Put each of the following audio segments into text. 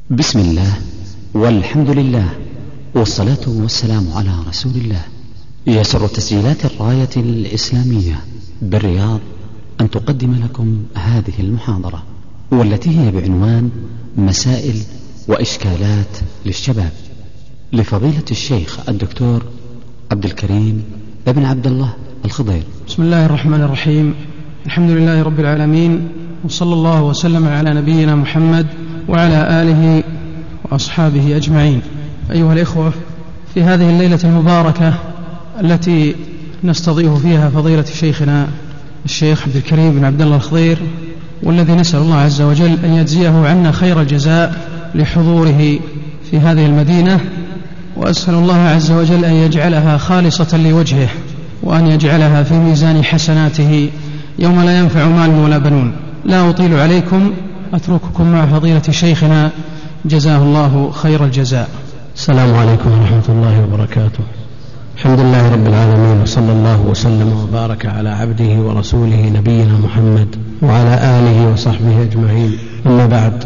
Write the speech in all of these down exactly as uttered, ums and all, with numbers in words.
بسم الله والحمد لله والصلاة والسلام على رسول الله. يسر تسجيلات الراية الإسلامية بالرياض أن تقدم لكم هذه المحاضرة، والتي هي بعنوان مسائل وإشكالات للشباب، لفضيلة الشيخ الدكتور عبد الكريم ابن عبد الله الخضير. بسم الله الرحمن الرحيم. الحمد لله رب العالمين، وصلى الله وسلم على نبينا محمد وعلى آله وأصحابه أجمعين. أيها الإخوة، في هذه الليلة المباركة التي نستضيف فيها فضيلة شيخنا الشيخ عبد الكريم بن عبد الله الخضير، والذي نسأل الله عز وجل أن يجزيه عنا خير الجزاء لحضوره في هذه المدينة، وأسأل الله عز وجل أن يجعلها خالصة لوجهه، وأن يجعلها في ميزان حسناته يوم لا ينفع مال ولا بنون. لا أطيل عليكم، أترككم مع فضيلة شيخنا جزاه الله خير الجزاء. السلام عليكم ورحمة الله وبركاته. الحمد لله رب العالمين، وصلى الله وسلم وبارك على عبده ورسوله نبينا محمد وعلى آله وصحبه أجمعين. أما بعد،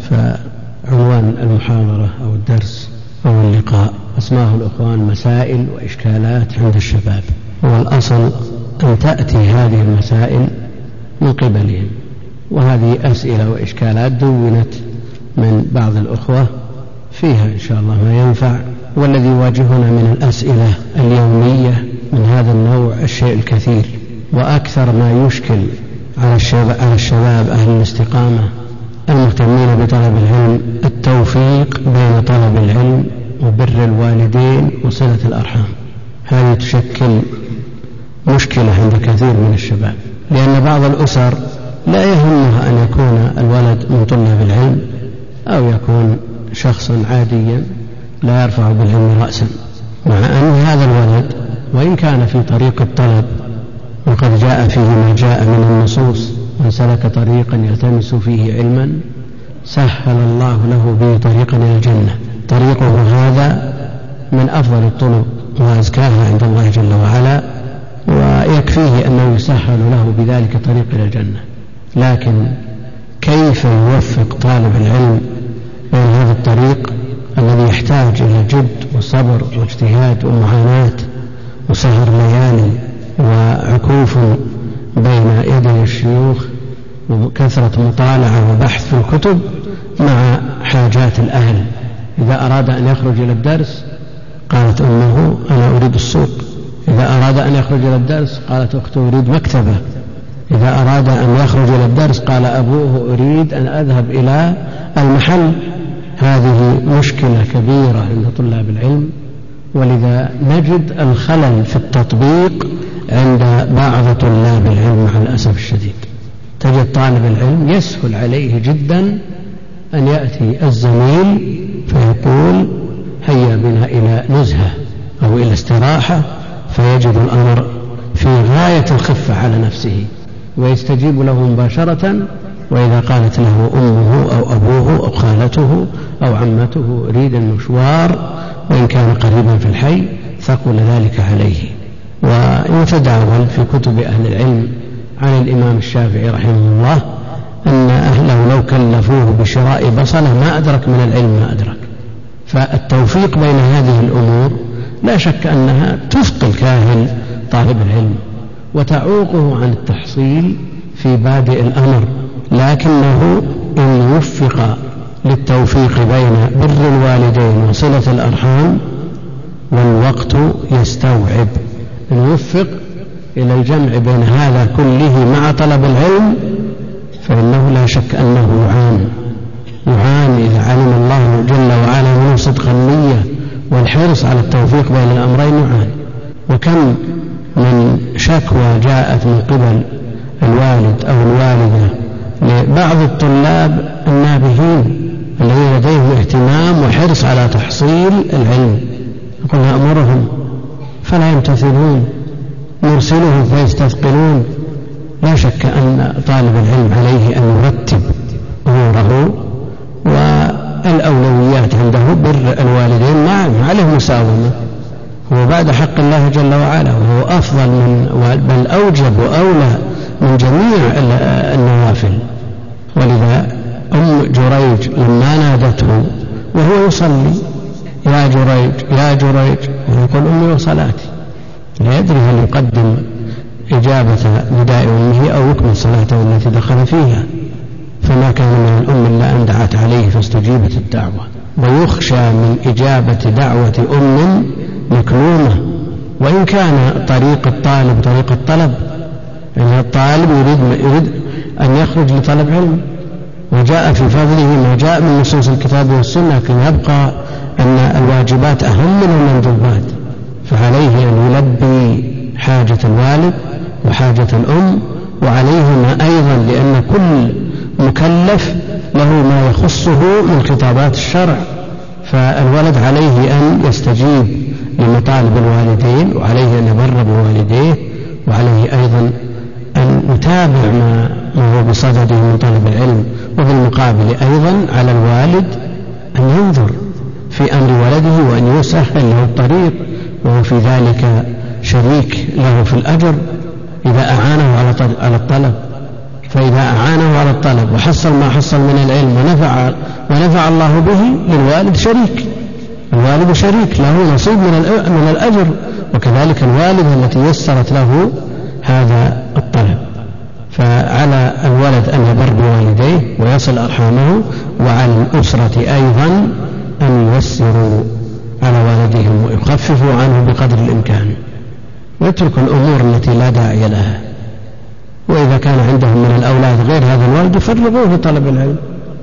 فعنوان المحاضرة أو الدرس أو اللقاء اسماه الأخوان مسائل وإشكالات عند الشباب. والأصل أن تأتي هذه المسائل من قبلهم، وهذه أسئلة وإشكالات دونت من بعض الأخوة فيها إن شاء الله ما ينفع. والذي يواجهنا من الأسئلة اليومية من هذا النوع الشيء الكثير، وأكثر ما يشكل على الشباب, على الشباب أهل الاستقامة المهتمين بطلب العلم التوفيق بين طلب العلم وبر الوالدين وصلة الأرحام. هذه تشكل مشكلة عند كثير من الشباب، لأن بعض الأسر لا يهمها أن يكون الولد من طلاب العلم أو يكون شخصا عاديا لا يرفع بالعلم رأسا، مع أن هذا الولد وإن كان في طريق الطلب وقد جاء فيه ما جاء من النصوص: من سلك طريقا يلتمس فيه علما سهل الله له به طريقا إلى الجنة. طريقه هذا من أفضل الطرق وأزكاها عند الله جل وعلا، ويكفيه أنه يسهل له بذلك طريق إلى الجنة. لكن كيف يوفق طالب العلم بين هذا الطريق الذي يحتاج إلى جد وصبر واجتهاد ومعاناة وسهر ليالي وعكوف بين يدي الشيوخ وكثرة مطالعة وبحث في الكتب، مع حاجات الأهل؟ إذا أراد أن يخرج إلى الدرس قالت أمه أنا أريد السوق، إذا أراد أن يخرج إلى الدرس قالت أخته أريد مكتبة، إذا أراد أن يخرج إلى الدرس قال أبوه أريد أن أذهب إلى المحل. هذه مشكلة كبيرة عند طلاب العلم، ولذا نجد الخلل في التطبيق عند بعض طلاب العلم مع الأسف الشديد. تجد طالب العلم يسهل عليه جدا أن يأتي الزميل فيقول هيا بنا إلى نزهة أو إلى استراحة، فيجد الأمر في غاية الخفة على نفسه ويستجيب له مباشرة. وإذا قالت له أمه أو أبوه أو خالته أو عمته أريد المشوار وإن كان قريبا في الحي، ثقل ذلك عليه. ويتداول في كتب أهل العلم عن الإمام الشافعي رحمه الله أن أهله لو كلفوه بشراء بصلة ما أدرك من العلم ما أدرك. فالتوفيق بين هذه الأمور لا شك أنها تثقل كاهل طالب العلم وتعوقه عن التحصيل في بادئ الأمر، لكنه إن وفق للتوفيق بين بر الوالدين وصلة الأرحام والوقت يستوعب، إن وفق إلى الجمع بين هذا كله مع طلب العلم فإنه لا شك أنه يعان يعان إذا علم الله جل وعلا منه صدق النية والحرص على التوفيق بين الأمرين يعان. وكم من شكوى جاءت من قبل الوالد أو الوالدة لبعض الطلاب النابهين الذين لديهم اهتمام وحرص على تحصيل العلم، يقول نأمرهم فلا يمتثلون، نرسلهم فيستثقلون. لا شك أن طالب العلم عليه أن يرتب أموره، والأولويات عنده بر الوالدين معه عليه مساومة، هو بعد حق الله جل وعلا، وهو أفضل من بل أوجب وأولى من جميع النوافل. ولذا أم جريج لما نادته وهو يصلي يا جريج يا جريج ويقول أمي وصلاتي، لا يدري هل يقدم إجابة نداء أمه أو يكمل صلاته التي دخل فيها، فما كان من الأم إلا أن دعت عليه فاستجيبت الدعوة. ويخشى من إجابة دعوة أم مكلومة، وإن كان طريق الطالب طريق الطلب، يعني الطالب يريد, يريد أن يخرج لطلب علم، وجاء في فضله ما جاء من نصوص الكتاب والسنة، لكن يبقى أن الواجبات أهم من المندوبات، فعليه أن يلبي حاجة الوالد وحاجة الأم، وعليهما أيضا لأن كل مكلف له ما يخصه من خطابات الشرع، فالولد عليه أن يستجيب لمطالب الوالدين، وعليه أن يبر بوالديه، وعليه أيضا أن يتابع ما هو بصدده من طلب العلم. وبالمقابل أيضا على الوالد أن ينظر في أمر ولده وأن يسهل له الطريق، وهو في ذلك شريك له في الأجر إذا أعانه على الطلب. فإذا أعانه على الطلب وحصل ما حصل من العلم ونفع, ونفع الله به، للوالد شريك، الوالد شريك له نصيب من الأجر، وكذلك الوالدة التي يسرت له هذا الطلب. فعلى الولد أن يبر بوالديه ويصل أرحامه، وعلى الأسرة أيضا أن ييسروا على والديهم ويخففوا عنه بقدر الإمكان، ويتركوا الأمور التي لا داعي لها. وإذا كان عندهم من الأولاد غير هذا الوالد يفرغوه في طلب العلم،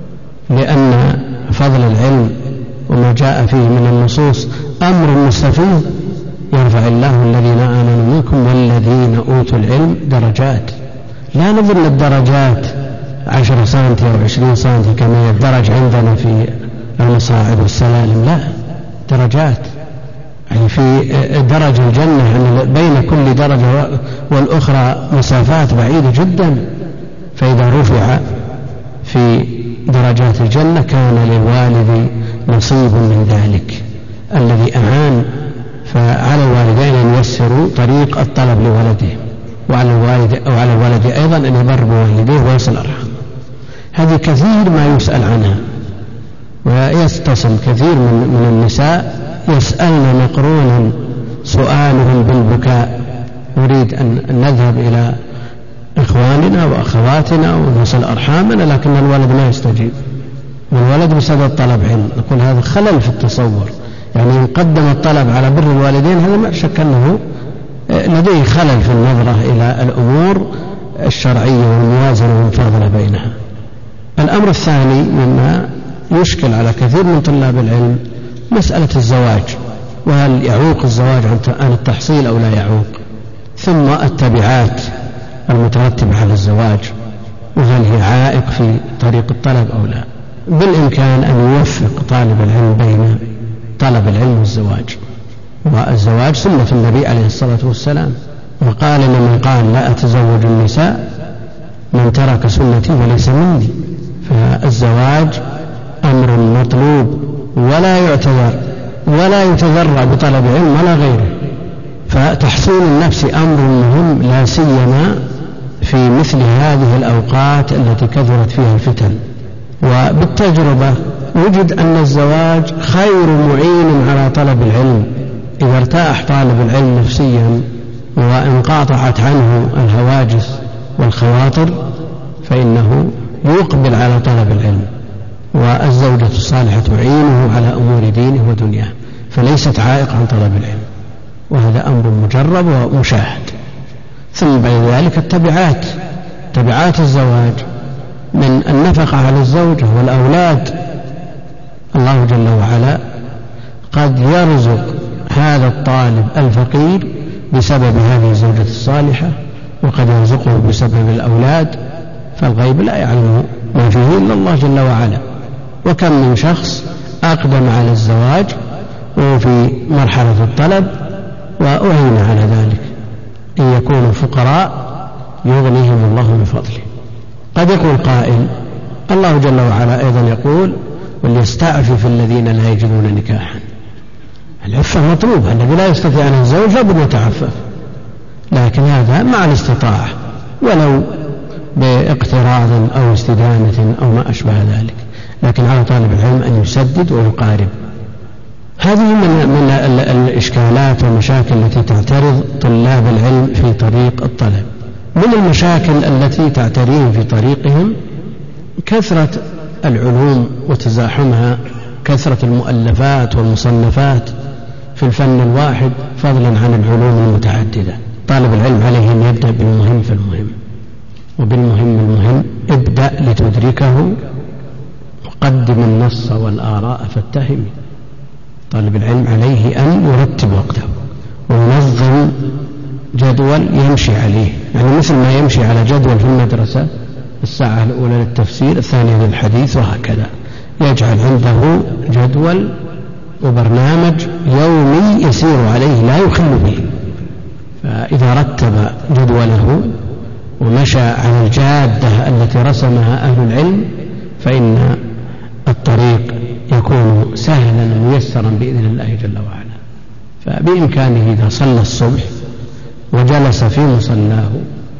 لأن فضل العلم وما جاء فيه من النصوص أمر مستفيض، يرفع الله الذين آمنوا منكم والذين أوتوا العلم درجات. لا نظن الدرجات عشر سنتي أو عشرين سنتي كما يدرج عندنا في المصاعد والسلالم، لا، درجات، يعني في درج الجنة، يعني بين كل درجة والأخرى مسافات بعيدة جدا. فإذا رفع في درجات الجنة كان للوالد نصيب من ذلك الذي أعان. فعلى الوالدين أن ييسروا طريق الطلب لولده، وعلى الوالد أو على الولد أيضا أن يبر بوالديه ويصل أرحام. هذه كثير ما يسأل عنها، ويتصل كثير من, من النساء يسألن مقرونا سؤالهم بالبكاء، نريد أن نذهب إلى إخواننا وأخواتنا ونصل أرحامنا، لكن الولد ما يستجيب، والولد بسبب طلب علم. نقول هذا خلل في التصور، يعني يقدم الطلب على بر الوالدين، هذا ما شك أنه لديه خلل في النظرة إلى الأمور الشرعية والموازنة والمفاضلة بينها. الأمر الثاني مما يشكل على كثير من طلاب العلم مسألة الزواج، وهل يعوق الزواج عن التحصيل أو لا يعوق، ثم التبعات المترتبة على الزواج، وهل هي عائق في طريق الطلب أو لا. بالإمكان أن يوفق طالب العلم بين طلب العلم والزواج، والزواج سنة النبي عليه الصلاة والسلام، وقال لمن قال لا أتزوج النساء من ترك سنتي وليس مني. فالزواج أمر مطلوب ولا يعتذر ولا يتذرع بطلب علم ولا غيره. فتحصين النفس أمر مهم، لا سيما في مثل هذه الأوقات التي كثرت فيها الفتن. وبالتجربة وجد أن الزواج خير معين على طلب العلم. إذا ارتاح طالب العلم نفسيا وانقاطعت عنه الهواجس والخواطر فإنه يقبل على طلب العلم، والزوجة الصالحة تعينه على أمور دينه ودنياه، فليست عائق عن طلب العلم، وهذا أمر مجرب ومشاهد. ثم بعد ذلك التبعات، تبعات الزواج من النفقة على الزوجة والأولاد. الله جل وعلا قد يرزق هذا الطالب الفقير بسبب هذه الزوجة الصالحة، وقد يرزقه بسبب الأولاد، فالغيب لا يعلم ما فيه إلا الله جل وعلا. وكم من شخص أقدم على الزواج وهو في مرحلة الطلب وأعين على ذلك، إن يكونوا فقراء يغنيهم الله من فضله. قد يقول قائل الله جل وعلا أيضا يقول وليستعفف الذين لا يجدون نكاحا. العفة مطلوبة، الذي لا يستطيع أن يتزوج لابد يتعفف، لكن هذا مع الاستطاعة ولو باقتراض أو استدانة أو ما أشبه ذلك. لكن على طالب العلم أن يسدد ويقارب. هذه من من الإشكالات والمشاكل التي تعترض طلاب العلم في طريق الطلب. من المشاكل التي تعتريهم في طريقهم كثرة العلوم وتزاحمها، كثرة المؤلفات والمصنفات في الفن الواحد فضلا عن العلوم المتعددة. طالب العلم عليه أن يبدأ بالمهم فالمهم، وبالمهم المهم ابدأ لتدركه، وقدم النص والآراء فاتهم. طالب العلم عليه أن يرتب وقته وينظم جدول يمشي عليه، يعني مثل ما يمشي على جدول في المدرسة، الساعة الأولى للتفسير، الثانية للحديث، وهكذا يجعل عنده جدول وبرنامج يومي يسير عليه لا يخل به. فإذا رتب جدوله ومشى على الجادة التي رسمها أهل العلم فإن الطريق يكون سهلا وميسرا بإذن الله جل وعلا. فبإمكانه إذا صلى الصبح وجلس في مصلاه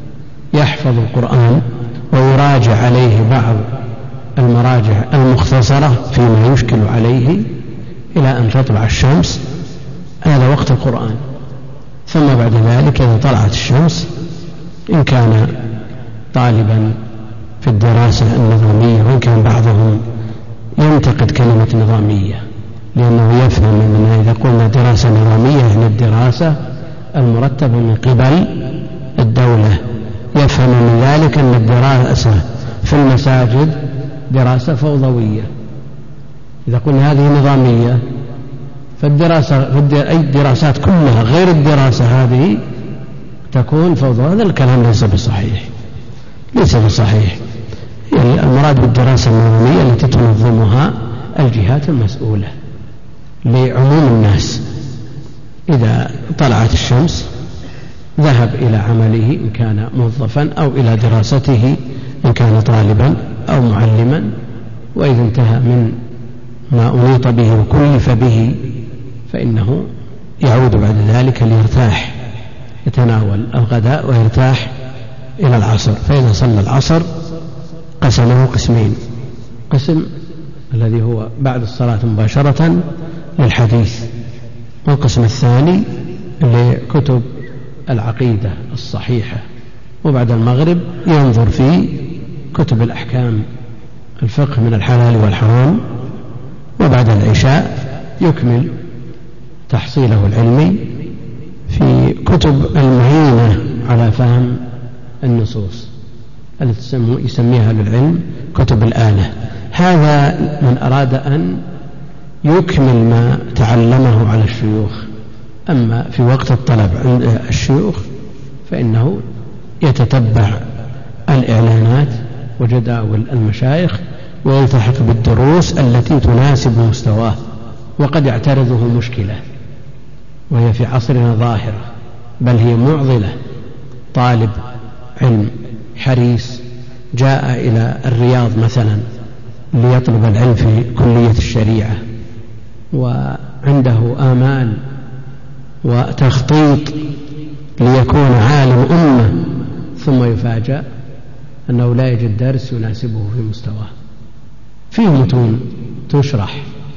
يحفظ القرآن ويراجع عليه بعض المراجع المختصرة فيما يشكل عليه إلى أن تطلع الشمس، هذا وقت القرآن. ثم بعد ذلك إذا طلعت الشمس، إن كان طالبا في الدراسة النظامية، وإن كان بعضهم ينتقد كلمة نظامية لأنه يفهم أننا إذا قلنا دراسة نظامية يعني الدراسة المرتبة من قبل الدولة، يفهم من ذلك أن الدراسة في المساجد دراسة فوضوية. إذا قلنا هذه نظامية فالدراسة أي الدراسات كلها غير الدراسة هذه تكون فوضى. هذا الكلام ليس بصحيح، ليس بصحيح. يعني المراد بالدراسة النظامية التي تنظمها الجهات المسؤولة لعموم الناس. إذا طلعت الشمس ذهب إلى عمله إن كان موظفا، أو إلى دراسته إن كان طالبا أو معلما، وإذا انتهى من ما أميط به وكلف به فإنه يعود بعد ذلك ليرتاح، يتناول الغداء ويرتاح إلى العصر. فإذا صلى العصر قسمه قسمين: قسم الذي هو بعد الصلاة مباشرة للحديث، والقسم الثاني لكتب العقيدة الصحيحة، وبعد المغرب ينظر في كتب الأحكام، الفقه من الحلال والحرام، وبعد العشاء يكمل تحصيله العلمي في كتب المعينة على فهم النصوص التي يسميها للعلم كتب الآلة. هذا من أراد أن يكمل ما تعلمه على الشيوخ. أما في وقت الطلب عند الشيوخ فإنه يتتبع الإعلانات وجداول المشايخ ويلتحق بالدروس التي تناسب مستواه. وقد يعترضه مشكلة وهي في عصرنا ظاهرة، بل هي معضلة. طالب علم حريص جاء إلى الرياض مثلا ليطلب العلم في كلية الشريعة، وعنده آمال وتخطيط ليكون عالم أمة، ثم يفاجأ أنه لا يجد درس يناسبه في مستواه. فيه متون تشرح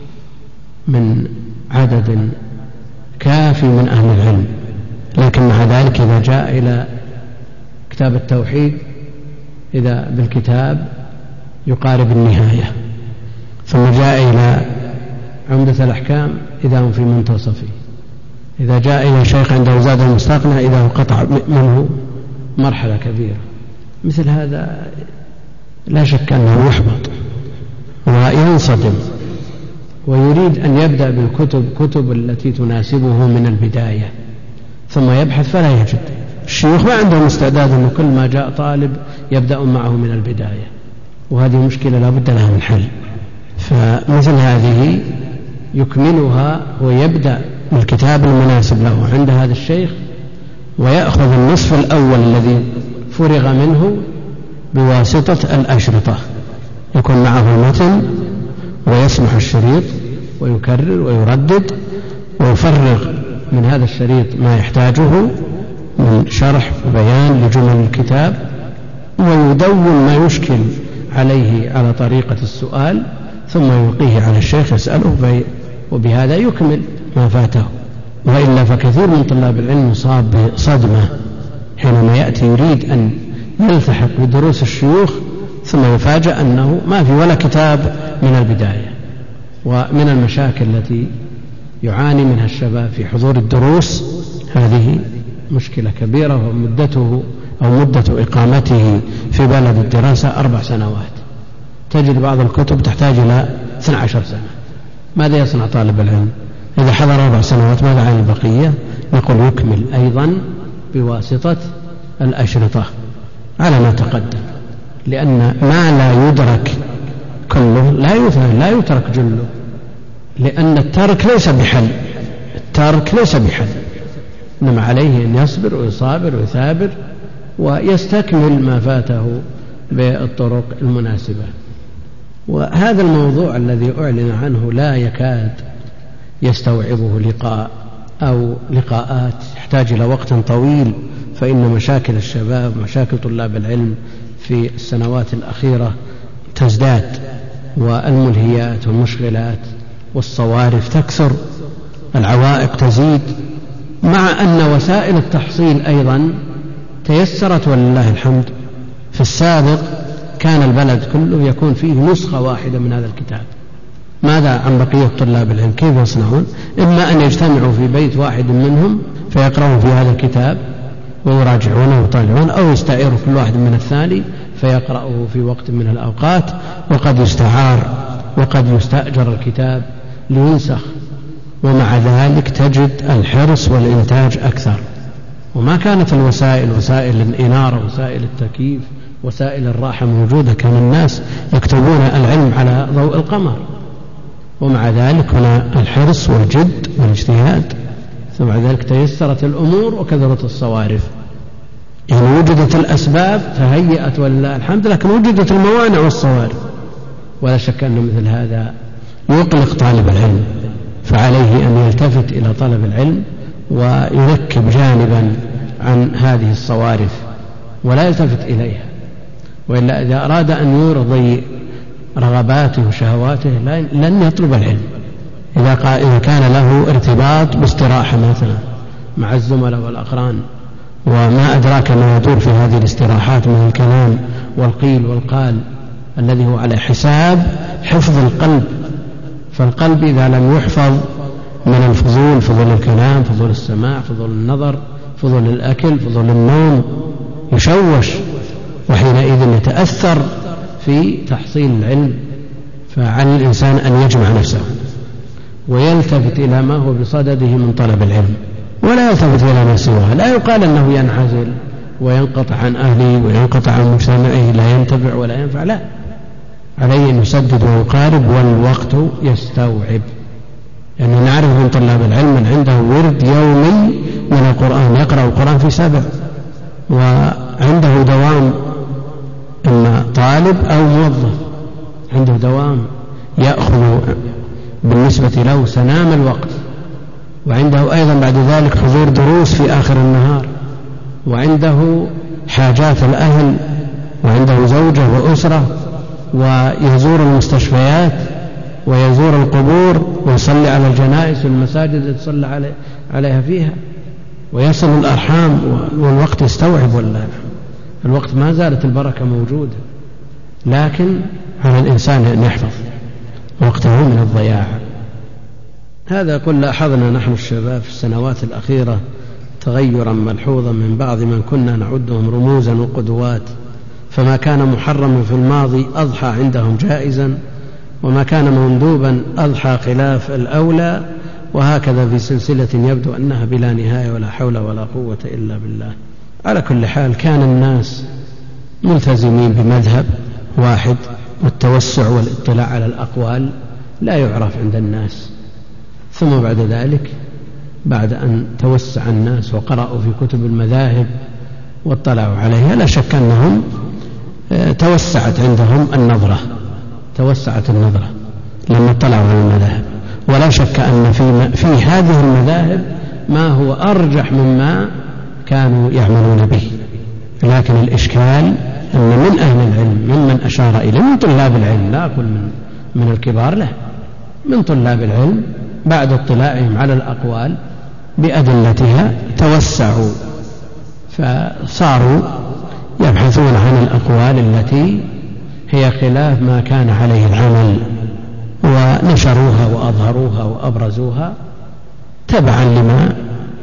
من عدد كافي من أهل العلم، لكن مع ذلك إذا جاء إلى كتاب التوحيد إذا بالكتاب يقارب النهاية، ثم جاء إلى عمدة الأحكام إذا هم في منتصفه، إذا جاء إلى شيخ عنده زاد المستقنع إذا هو قطع منه مرحلة كبيرة. مثل هذا لا شك أنه يحبط وينصدم، ويريد أن يبدأ بالكتب كتب التي تناسبه من البداية، ثم يبحث فلا يجد. الشيوخ ما عندهم استعداد أنه كل ما جاء طالب يبدأ معه من البداية، وهذه مشكلة لا بد لها من حل. فمثل هذه يكملها ويبدأ بالكتاب المناسب له عند هذا الشيخ، ويأخذ النصف الأول الذي فرغ منه بواسطة الأشرطة، يكون معه المتن ويسمح الشريط ويكرر ويردد ويفرغ من هذا الشريط ما يحتاجه من شرح وبيان لجمل الكتاب، ويدون ما يشكل عليه على طريقة السؤال، ثم يلقيه على الشيخ يسأله وبهذا يكمل ما فاته. وإلا فكثير من طلاب العلم يصاب بصدمة حينما يأتي يريد أن يلتحق بدروس الشيوخ ثم يفاجأ أنه ما في ولا كتاب من البداية. ومن المشاكل التي يعاني منها الشباب في حضور الدروس هذه مشكلة كبيرة، ومدته أو مدة إقامته في بلد الدراسة أربع سنوات. تجد بعض الكتب تحتاج إلى اثنتي عشرة سنة. ماذا يصنع طالب العلم إذا حضر أربع سنوات؟ ماذا عن البقية؟ نقول يكمل أيضا بواسطة الأشرطة على ما تقدم، لأن ما لا يدرك كله لا يثنى لا يترك جله، لأن الترك ليس بحل، الترك ليس بحل، إنما عليه أن يصبر ويصابر ويثابر ويستكمل ما فاته بالطرق المناسبة. وهذا الموضوع الذي أعلن عنه لا يكاد يستوعبه لقاء أو لقاءات، يحتاج إلى وقت طويل، فإن مشاكل الشباب ومشاكل طلاب العلم في السنوات الأخيرة تزداد، والملهيات والمشغلات والصوارف تكثر، العوائق تزيد، مع أن وسائل التحصيل أيضا تيسرت ولله الحمد. في السابق كان البلد كله يكون فيه نسخة واحدة من هذا الكتاب. ماذا عن بقية طلاب العلم؟ كيف يصنعون؟ إما أن يجتمعوا في بيت واحد منهم فيقرأون في هذا الكتاب ويراجعونه ويطالعون، أو يستعيروا كل واحد من الثاني فيقرأه في وقت من الأوقات، وقد يستعار وقد يستأجر الكتاب لينسخ. ومع ذلك تجد الحرص والإنتاج أكثر. وما كانت الوسائل وسائل الإنارة وسائل التكييف وسائل الراحة موجودة، كان الناس يكتبون العلم على ضوء القمر. ومع ذلك هنا الحرص والجد والاجتهاد، ثم بعد ذلك تيسرت الأمور وكثرت الصوارف. يعني وجدت الأسباب فهيئت ولله الحمد، لكن وجدت الموانع والصوارف. ولا شك أن مثل هذا يقلق طالب العلم، فعليه أن يلتفت إلى طلب العلم ويركب جانبا عن هذه الصوارف ولا يلتفت إليها. وإلا إذا أراد أن يرضي رغباته وشهواته لن يطلب العلم. إذا كان له ارتباط باستراحة مثلا مع الزملاء والأقران، وما أدراك ما يدور في هذه الاستراحات من الكلام والقيل والقال الذي هو على حساب حفظ القلب. فالقلب إذا لم يحفظ من الفضول، فضول الكلام، فضول السماع، فضول النظر، فضول الأكل، فضول النوم، يشوش، وحينئذ يتأثر في تحصيل العلم. فعلى الإنسان أن يجمع نفسه ويلتفت إلى ما هو بصدده من طلب العلم، ولا يلتفت إلى ما سواه. لا يقال أنه ينعزل وينقطع عن أهله وينقطع عن مجتمعه، لا ينتفع ولا ينفع، لا، عليه أن يسدد ويقارب والوقت يستوعب. يعني نعرف من طلاب العلم من عنده ورد يومي من القرآن، يقرأ القرآن في سبع، وعنده دوام، إما طالب أو موظف عنده دوام يأخذ بالنسبة له سنام الوقت، وعنده أيضا بعد ذلك حضور دروس في آخر النهار، وعنده حاجات الأهل، وعنده زوجة وأسرة، ويزور المستشفيات ويزور القبور ويصلي على الجنائز والمساجد التي تصلى عليها فيها، ويصل الأرحام، والوقت يستوعب. ولا الوقت ما زالت البركة موجودة، لكن على الإنسان أن يحفظ وقته من الضياع. هذا قل لاحظنا نحن الشباب في السنوات الأخيرة تغيرا ملحوظا من بعض من كنا نعدهم رموزا وقدوات، فما كان محرما في الماضي أضحى عندهم جائزا، وما كان مندوبا أضحى خلاف الأولى، وهكذا في سلسلة يبدو أنها بلا نهاية ولا حول ولا قوة إلا بالله. على كل حال كان الناس ملتزمين بمذهب واحد، والتوسع والاطلاع على الأقوال لا يعرف عند الناس. ثم بعد ذلك بعد أن توسع الناس وقرأوا في كتب المذاهب واطلعوا عليها، لا شك أنهم توسعت عندهم النظرة، توسعت النظرة لما اطلعوا على المذاهب. ولا شك أن في, في هذه المذاهب ما هو أرجح مما كانوا يعملون به، لكن الإشكال أن من أهل العلم ممن أشار إليه من طلاب العلم، لا أقول من من الكبار له من طلاب العلم بعد اطلاعهم على الأقوال بأدلتها توسعوا فصاروا يبحثون عن الأقوال التي هي خلاف ما كان عليه العمل ونشروها وأظهروها وأبرزوها تبعا لما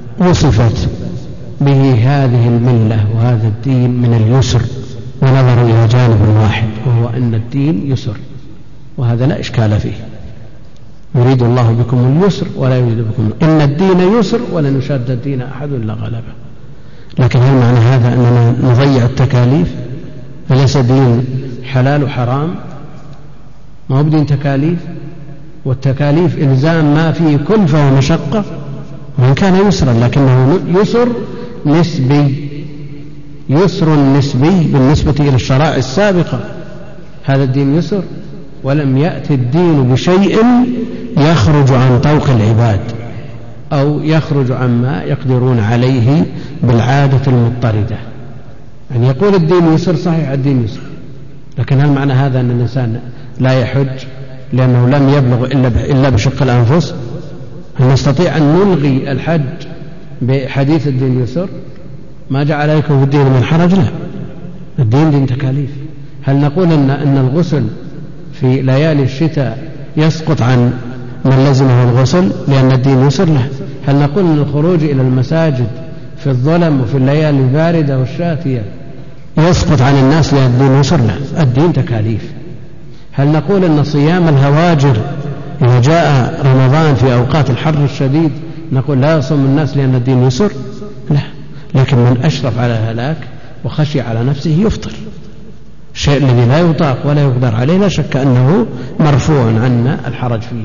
وصفت به هذه الملة وهذا الدين من اليسر، ونظروا إلى جانب واحد وهو أن الدين يسر، وهذا لا إشكال فيه. يريد الله بكم اليسر ولا يريد بكم، إن الدين يسر ولن يشاد الدين أحد إلا غلبه. لكن هل معنى هذا أننا نضيع التكاليف؟ فليس دين حلال وحرام، ما هو بدين تكاليف، والتكاليف إلزام ما فيه كلفة ومشقة، وإن كان يسرا لكنه يسر نسبي، يسر نسبي بالنسبة إلى الشرائع السابقة. هذا الدين يسر، ولم يأتي الدين بشيء يخرج عن طوق العباد أو يخرج عما يقدرون عليه بالعادة المضطردة. يعني يقول الدين يسر، صحيح الدين يسر، لكن هل معنى هذا أن الإنسان لا يحج لأنه لم يبلغ إلا بشق الأنفس؟ هل نستطيع أن نلغي الحج بحديث الدين يسر؟ ما جعل عليكم في الدين من حرج، لا، الدين دين تكاليف. هل نقول إن, إن الغسل في ليالي الشتاء يسقط عن من لزمه الغسل لأن الدين يسر له؟ هل نقول أن الخروج إلى المساجد في الظلم وفي الليالي الباردة والشاتية يسقط عن الناس لأن الدين يسر له؟ الدين تكاليف. هل نقول أن صيام الهواجر إذا جاء رمضان في أوقات الحر الشديد نقول لا يصوم الناس لأن الدين يسر؟ لا، لكن من أشرف على الهلاك وخشي على نفسه يفطر. الشيء الذي لا يطاق ولا يقدر عليه لا شك أنه مرفوع عنا الحرج فيه،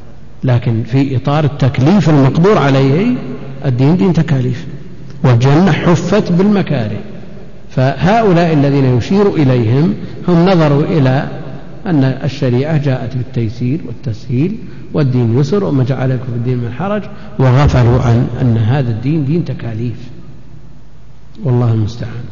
لكن في إطار التكليف المقدور عليه الدين دين تكاليف، والجنة حفت بالمكاره. فهؤلاء الذين يشير إليهم هم نظروا إلى أن الشريعة جاءت بالتيسير والتسهيل والدين يسر وما جعل لكم في الدين من حرج، وغفلوا عن أن هذا الدين دين تكاليف، والله المستعان.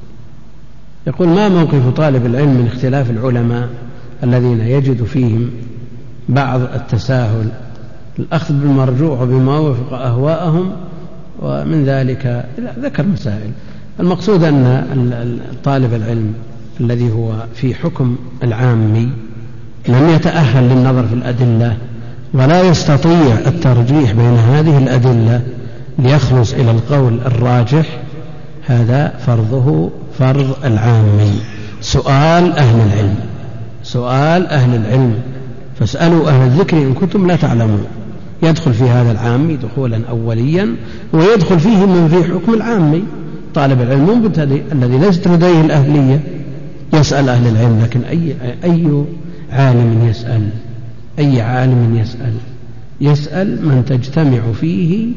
يقول: ما موقف طالب العلم من اختلاف العلماء الذين يجد فيهم بعض التساهل، الأخذ بالمرجوع وبما وفق أهواءهم ومن ذلك؟ ذكر مسائل. المقصود أن طالب العلم الذي هو في حكم العامي لم يتأهل للنظر في الأدلة ولا يستطيع الترجيح بين هذه الأدلة ليخلص إلى القول الراجح، هذا فرضه فرض العامي. سؤال أهل العلم، سؤال أهل العلم، فاسألوا أهل الذكر إن كنتم لا تعلمون. يدخل في هذا العامي دخولا أوليا، ويدخل فيه من في حكم العامي. طالب العلم المبتدئ الذي ليست لديه الأهلية يسأل أهل العلم، لكن أي, أي عالم يسأل؟ أي عالم يسأل؟ يسأل من تجتمع فيه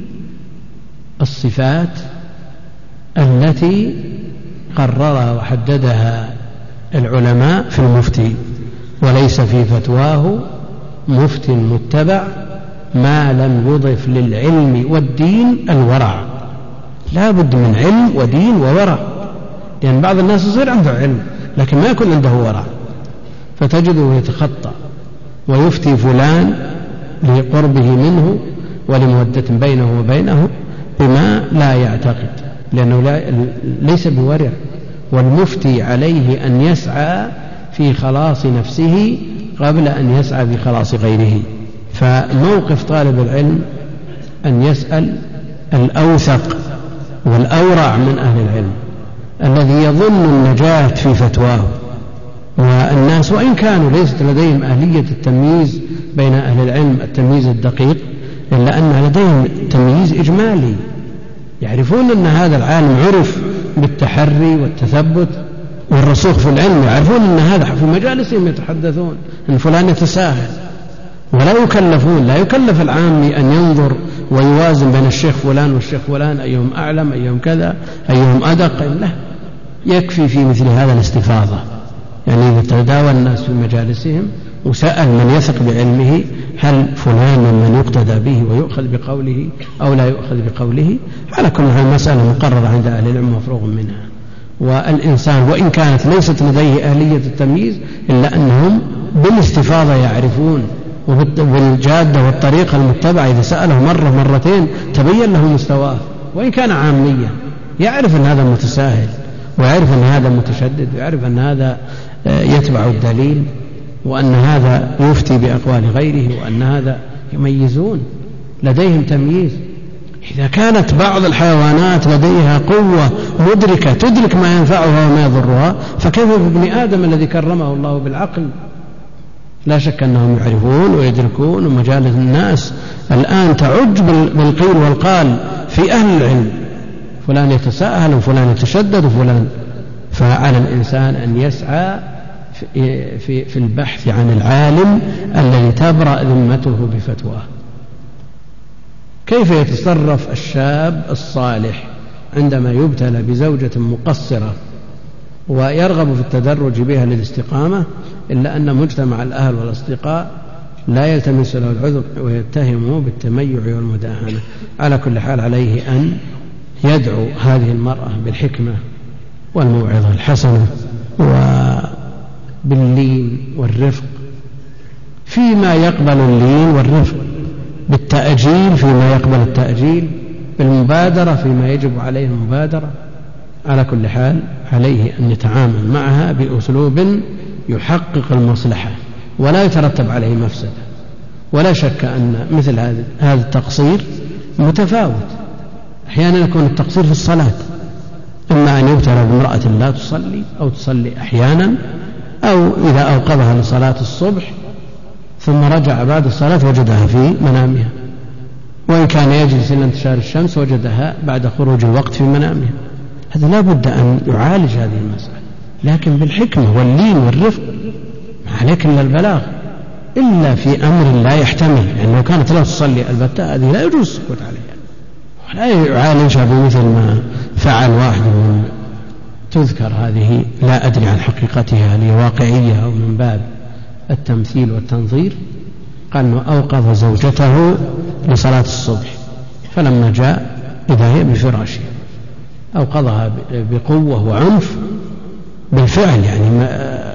الصفات التي قررها وحددها العلماء في المفتي، وليس في فتواه مفتي متبع ما لم يضف للعلم والدين الورع. لا بد من علم ودين وورع، لأن بعض الناس يصير عنده علم لكن ما يكون عنده ورع، فتجده يتخطى ويفتي فلان لقربه منه ولمودة بينه وبينه بما لا يعتقد، لأنه لا ليس بورع. والمفتي عليه أن يسعى في خلاص نفسه قبل أن يسعى في خلاص غيره. فموقف طالب العلم أن يسأل الأوثق والأورع من أهل العلم الذي يظن النجاة في فتواه. والناس وإن كانوا ليست لديهم أهلية التمييز بين أهل العلم التمييز الدقيق، إلا أن لديهم تمييز إجمالي، يعرفون أن هذا العالم عرف بالتحري والتثبت والرسوخ في العلم، يعرفون أن هذا في مجالسهم يتحدثون أن فلان يتساهل، ولا يكلفون، لا يكلف العامي أن ينظر ويوازن بين الشيخ فلان والشيخ فلان أيهم أعلم أيهم كذا أيهم أدق، لا، يكفي في مثل هذا الاستفاضة. يعني إذا تداول الناس في مجالسهم وسأل من يثق بعلمه هل فلان من يقتدى به ويؤخذ بقوله أو لا يؤخذ بقوله، على كل هذه مسألة مقررة عند أهل العلم مفروغ منها، والإنسان وإن كانت ليست لديه أهلية التمييز إلا أنهم بالاستفاضة يعرفون، وبالجادة والطريقة المتبعة إذا سأله مرة مرتين تبين له مستواه، وإن كان عاميا يعرف أن هذا متساهل، ويعرف أن هذا متشدد، ويعرف أن هذا يتبع الدليل، وأن هذا يفتي بأقوال غيره، وأن هذا يميزون، لديهم تمييز. إذا كانت بعض الحيوانات لديها قوة مدركة تدرك ما ينفعها وما يضرها، فكيف بابن آدم الذي كرمه الله بالعقل؟ لا شك أنهم يعرفون ويدركون، ومجال الناس الآن تعج بالقيل والقال في أهل العلم، فلان يتساهل وفلان يتشدد وفلان. فعلى الإنسان أن يسعى في, في, في البحث عن العالم الذي تبرأ ذمته بفتواه. كيف يتصرف الشاب الصالح عندما يبتلى بزوجة مقصرة ويرغب في التدرج بها للاستقامة، إلا أن مجتمع الأهل والأصدقاء لا يلتمس له العذر ويتهمه بالتميع والمداهنة؟ على كل حال عليه أن يدعو هذه المرأة بالحكمة والموعظة الحسنة وباللين والرفق فيما يقبل اللين والرفق، بالتأجيل فيما يقبل التأجيل، بالمبادرة فيما يجب عليه المبادرة. على كل حال عليه أن يتعامل معها بأسلوب يحقق المصلحة ولا يترتب عليه مفسدة. ولا شك أن مثل هذا التقصير متفاوت، أحيانا يكون التقصير في الصلاة، إما أن يبتلى بامرأة لا تصلي أو تصلي أحيانا، أو إذا أوقظها لصلاة الصبح ثم رجع بعد الصلاة وجدها في منامها، وإن كان يجلس إلى انتشار الشمس وجدها بعد خروج الوقت في منامها. هذا لا بد أن يعالج هذه المسألة، لكن بالحكمة واللين والرفق، ما عليك إلا البلاغ، إلا في أمر لا يحتمل، يعني لو كانت لا تصلي البتة هذه لا يجوز السكوت عليها، ولا يعالجها بمثل ما فعل واحد من تذكر هذه لا أدري عن حقيقتها هل هي واقعية أو من باب التمثيل والتنظير. قال أنه أوقظ زوجته لصلاة الصبح، فلما جاء إذا هي بفراشها أوقظها بقوة وعنف بالفعل، يعني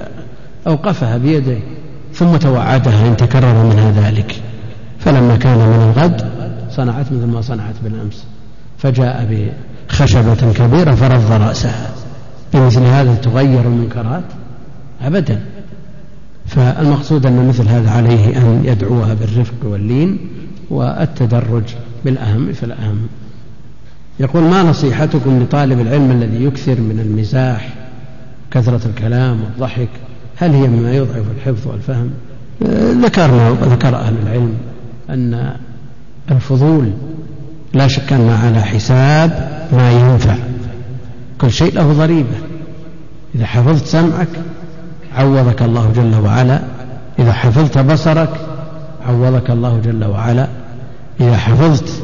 أوقفها بيده، ثم توعدها إن تكرر منها ذلك. فلما كان من الغد صنعت مثل ما صنعت بالأمس، فجاء بخشبة كبيرة فرض رأسها. بمثل هذا تغير المنكرات أبدا. فالمقصود أن مثل هذا عليه أن يدعوها بالرفق واللين والتدرج بالأهم فالأهم. يقول: ما نصيحتكم لطالب العلم الذي يكثر من المزاح كثرة الكلام والضحك؟ هل هي مما يضعف الحفظ والفهم؟ ذكرنا وذكر أهل العلم أن الفضول لا شك أن على حساب ما ينفع، كل شيء له ضريبة. إذا حفظت سمعك عوضك الله جل وعلا، إذا حفظت بصرك عوضك الله جل وعلا، إذا حفظت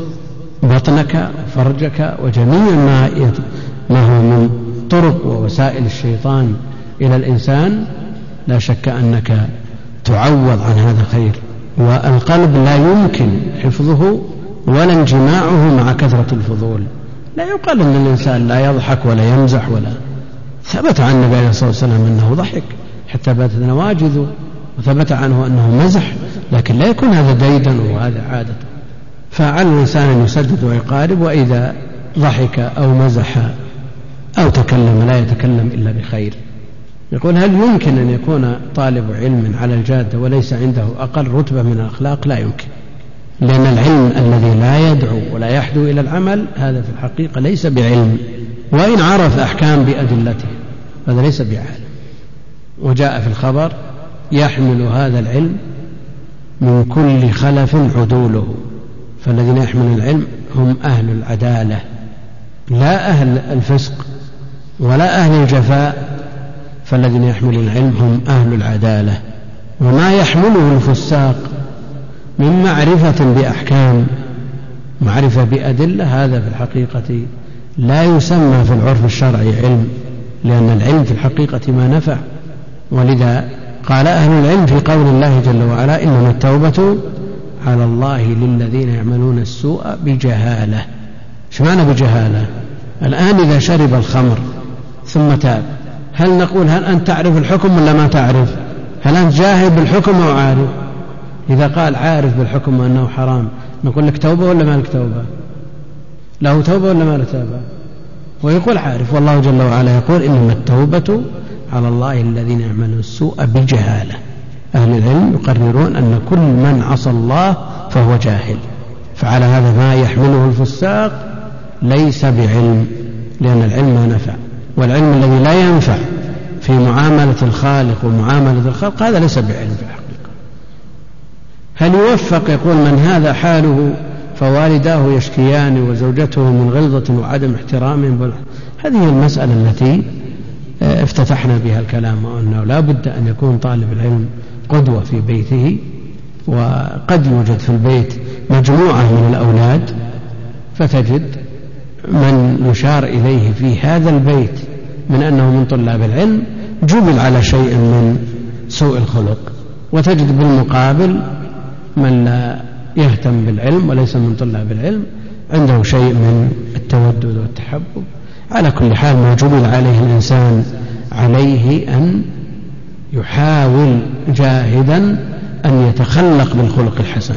بطنك وفرجك وجميع ما, يت... ما هو من طرق ووسائل الشيطان إلى الإنسان، لا شك أنك تعوض عن هذا خير. والقلب لا يمكن حفظه ولا انجماعه مع كثرة الفضول. لا يقال أن الإنسان لا يضحك ولا يمزح، ولا ثبت عن النبي عليه الصلاة والسلام أنه ضحك حتى باتت نواجذه، وثبت عنه أنه مزح، لكن لا يكون هذا ديدا وهذا عادة. فعلى الإنسان أن يسدد ويقارب، وإذا ضحك أو مزح أو تكلم لا يتكلم إلا بخير. يقول: هل يمكن أن يكون طالب علم على الجادة وليس عنده أقل رتبة من الأخلاق؟ لا يمكن، لأن العلم الذي لا يدعو ولا يحدو إلى العمل هذا في الحقيقة ليس بعلم، وإن عرف أحكام بأدلته هذا ليس بعالم. وجاء في الخبر: يحمل هذا العلم من كل خلف عدوله. فالذين يحملون العلم هم أهل العدالة، لا أهل الفسق ولا أهل الجفاء. فالذين يحملون العلم هم أهل العدالة. وما يحمله الفساق من معرفة بأحكام، معرفة بأدلة، هذا في الحقيقة لا يسمى في العرف الشرعي علم، لأن العلم في الحقيقة ما نفع. ولذا قال أهل العلم في قول الله جل وعلا: إنما التوبة على الله للذين يعملون السوء بجهالة. ايش معنى بجهالة؟ الآن إذا شرب الخمر ثم تاب، هل نقول هل أنت تعرف الحكم ولا ما تعرف؟ هل أنت جاهل بالحكم أو عارف؟ إذا قال عارف بالحكم وأنه حرام نقول لك توبة ولا ما لك توبة؟ له توبة ولا ما له توبة؟ ويقول عارف، والله جل وعلا يقول إنما التوبة على الله الذين يعملون السوء بجهالة. أهل العلم يقررون أن كل من عصى الله فهو جاهل، فعلى هذا ما يحمله الفساق ليس بعلم، لأن العلم ما نفع، والعلم الذي لا ينفع في معاملة الخالق ومعاملة الخلق هذا ليس بعلم في الحقيقة. هل يوفق يقول من هذا حاله فوالداه يشكيان وزوجته من غلظة وعدم احترامهم؟ هذه المسألة التي افتتحنا بها الكلام، وأنه لا بد أن يكون طالب العلم قدوة في بيته، وقد يوجد في البيت مجموعة من الأولاد فتجد من يشار إليه في هذا البيت من أنه من طلاب العلم جبل على شيء من سوء الخلق، وتجد بالمقابل من لا يهتم بالعلم وليس من طلاب العلم عنده شيء من التودد والتحبب. على كل حال ما جبل عليه الإنسان عليه أن يحاول جاهدا أن يتخلق بالخلق الحسن،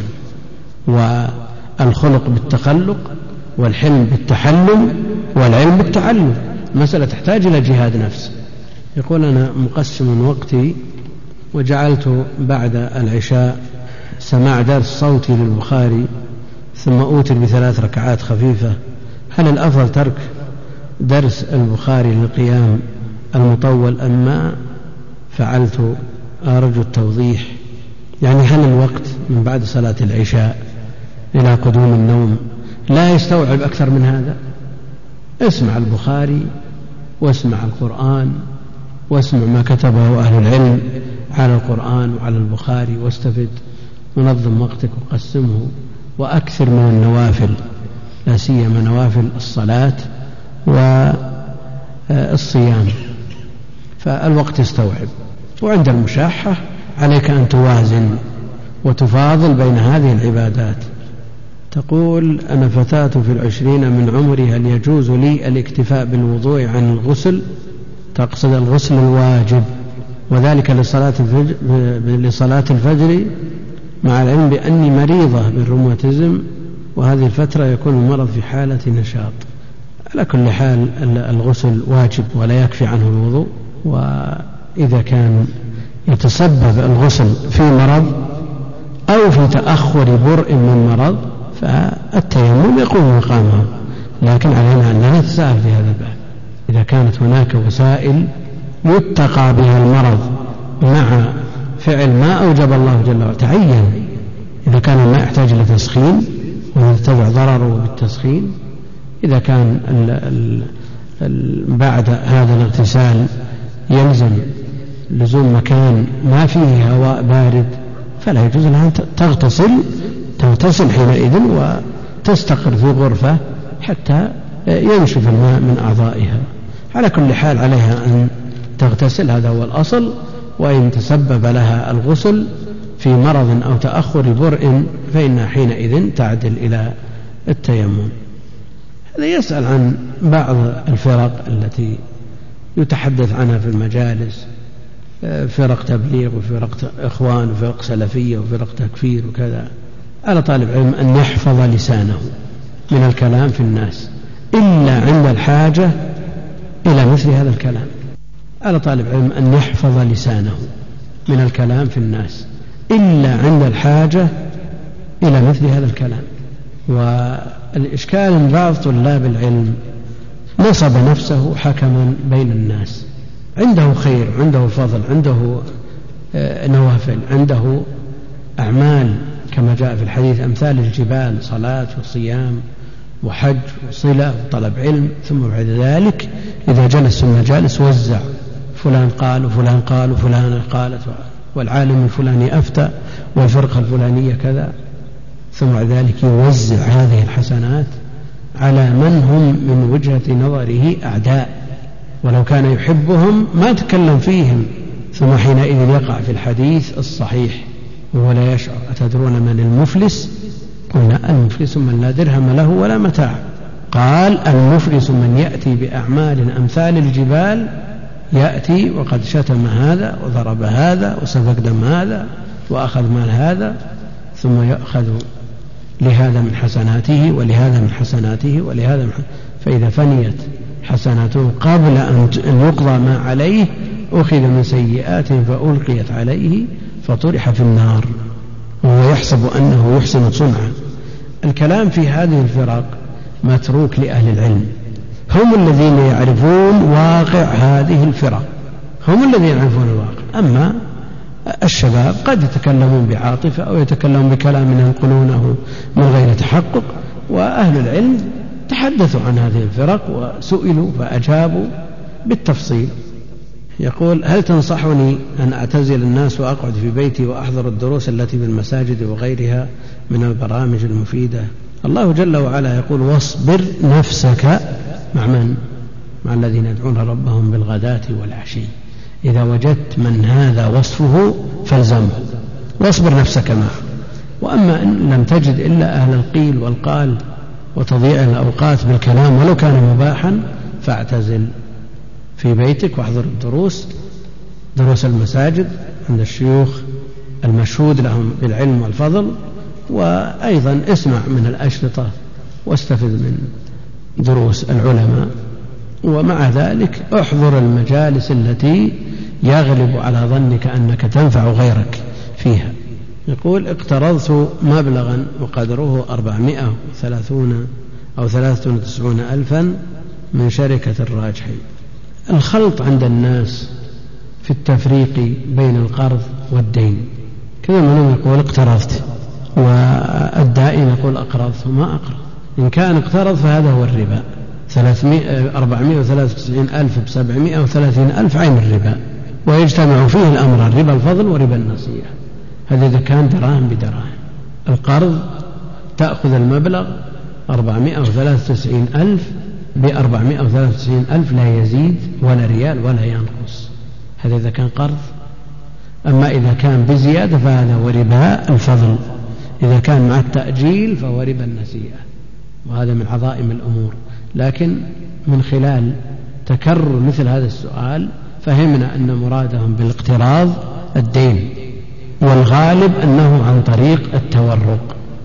والخلق بالتخلق، والحلم بالتحلم، والعلم بالتعلم. المسألة تحتاج إلى جهاد نفس. يقول أنا مقسم وقتي وجعلت بعد العشاء سماع درس صوتي للبخاري ثم أوتر بثلاث ركعات خفيفة، هل الأفضل ترك درس البخاري للقيام المطول أم ما فعلت؟ أرجو التوضيح. يعني هل الوقت من بعد صلاة العشاء إلى قدوم النوم لا يستوعب أكثر من هذا؟ اسمع البخاري واسمع القرآن واسمع ما كتبه أهل العلم على القرآن وعلى البخاري واستفد، ونظم وقتك وقسمه، وأكثر من النوافل، لا سيما نوافل الصلاة والصيام، فالوقت يستوعب. وعند المشاحة عليك أن توازن وتفاضل بين هذه العبادات. تقول أنا فتاة في العشرين من عمري، هل يجوز لي الاكتفاء بالوضوء عن الغسل؟ تقصد الغسل الواجب، وذلك لصلاة الفجر, لصلاة الفجر مع العلم بأني مريضة بالروماتيزم، وهذه الفترة يكون المرض في حالة نشاط. على كل حال الغسل واجب ولا يكفي عنه الوضوء، وإذا كان يتسبب الغسل في مرض أو في تأخر برء من مرض فالتيمم يقوم مقامه، لكن علينا أن لا نتساهل في هذا الباب. إذا كانت هناك وسائل يتقى بها المرض مع فعل ما أوجب الله جل وعلا تعين، إذا كان الماء يحتاج إلى تسخين ويرتفع ضرره بالتسخين، إذا كان ال ال ال بعد هذا الاغتسال يلزم لزوم مكان ما فيه هواء بارد فلا يجوز لها تغتسل تغتسل حينئذ وتستقر في غرفة حتى ينشف الماء من أعضائها. على كل حال عليها أن تغتسل، هذا هو الأصل. وإن تسبب لها الغسل في مرض أو تأخر برء فإنها حينئذ تعدل إلى التيمم. هذا يسأل عن بعض الفرق التي يتحدث عنها في المجالس، فرق تبليغ وفرق إخوان وفرق سلفية وفرق تكفير وكذا. على طالب علم أن يحفظ لسانه من الكلام في الناس إلا عند الحاجة إلى مثل هذا الكلام. على طالب علم أن يحفظ لسانه من الكلام في الناس إلا عند الحاجة إلى مثل هذا الكلام. والإشكال من بعض طلاب العلم نصب نفسه حكما بين الناس، عنده خير، عنده فضل، عنده نوافل، عنده أعمال كما جاء في الحديث أمثال الجبال، صلاة وصيام وحج وصلة وطلب علم. ثم بعد ذلك إذا جلس في المجالس وزع، فلان قال وفلان قال وفلان قالت، والعالم الفلاني أفتى والفرقة الفلانية كذا. ثم بعد ذلك يوزع هذه الحسنات على من هم من وجهة نظره أعداء، ولو كان يحبهم ما تكلم فيهم. ثم حينئذ يقع في الحديث الصحيح وهو لا يشعر. أتدرون من المفلس؟ قلنا المفلس من لا درهم له ولا متاع. قال المفلس من يأتي بأعمال أمثال الجبال، يأتي وقد شتم هذا وضرب هذا وسفك دم هذا وأخذ مال هذا، ثم يأخذ لهذا من حسناته ولهذا من حسناته ولهذا من حسناته، فإذا فنيت حسناته قبل أن يقضى ما عليه أخذ من سيئاته فألقيت عليه فطرح في النار وهو يحسب أنه يحسن صنعا. الكلام في هذه الفرق متروك لأهل العلم، هم الذين يعرفون واقع هذه الفرق، هم الذين يعرفون الواقع. أما الشباب قد يتكلمون بعاطفة أو يتكلمون بكلام ينقلونه من غير تحقق، وأهل العلم تحدثوا عن هذه الفرق وسئلوا فأجابوا بالتفصيل. يقول: هل تنصحني أن أعتزل الناس وأقعد في بيتي وأحضر الدروس التي في المساجد وغيرها من البرامج المفيدة؟ الله جل وعلا يقول: واصبر نفسك مع من؟ مع الذين يدعون ربهم بالغداة والعشي. إذا وجدت من هذا وصفه فالزمه واصبر نفسك معه. وأما إن لم تجد إلا أهل القيل والقال وتضييع الأوقات بالكلام ولو كان مباحا فاعتزل في بيتك واحضر الدروس، دروس المساجد عند الشيوخ المشهود لهم بالعلم والفضل، وأيضا اسمع من الأشرطة واستفد من دروس العلماء. ومع ذلك احضر المجالس التي يغلب على ظنك أنك تنفع غيرك فيها. يقول: اقترضت مبلغا وقدره أربعمائة وثلاثون أو ثلاثة وتسعون ألفا من شركة الراجحي. الخلط عند الناس في التفريق بين القرض والدين، كذا منهم يقول اقترضت والدائن يقول أقرضت وما أقرض. إن كان اقترض فهذا هو الربا، أربعمائة وثلاثة وتسعين ألف بسبعمائة وثلاثين ألف عين الربا، ويجتمع فيه الأمران ربا الفضل وربا النصيحة. هذا إذا كان دراهم بدراهم. القرض تأخذ المبلغ أربعمائة وثلاثة وتسعين ألف بأربعمائة وثلاثة وتسعين ألف لا يزيد ولا ريال ولا ينقص، هذا إذا كان قرض. أما إذا كان بزيادة فهذا هو ربا الفضل، إذا كان مع التأجيل فهو ربا النسيئة، وهذا من عظائم الأمور. لكن من خلال تكرر مثل هذا السؤال فهمنا أن مرادهم بالاقتراض الدين، والغالب أنه عن طريق التورق.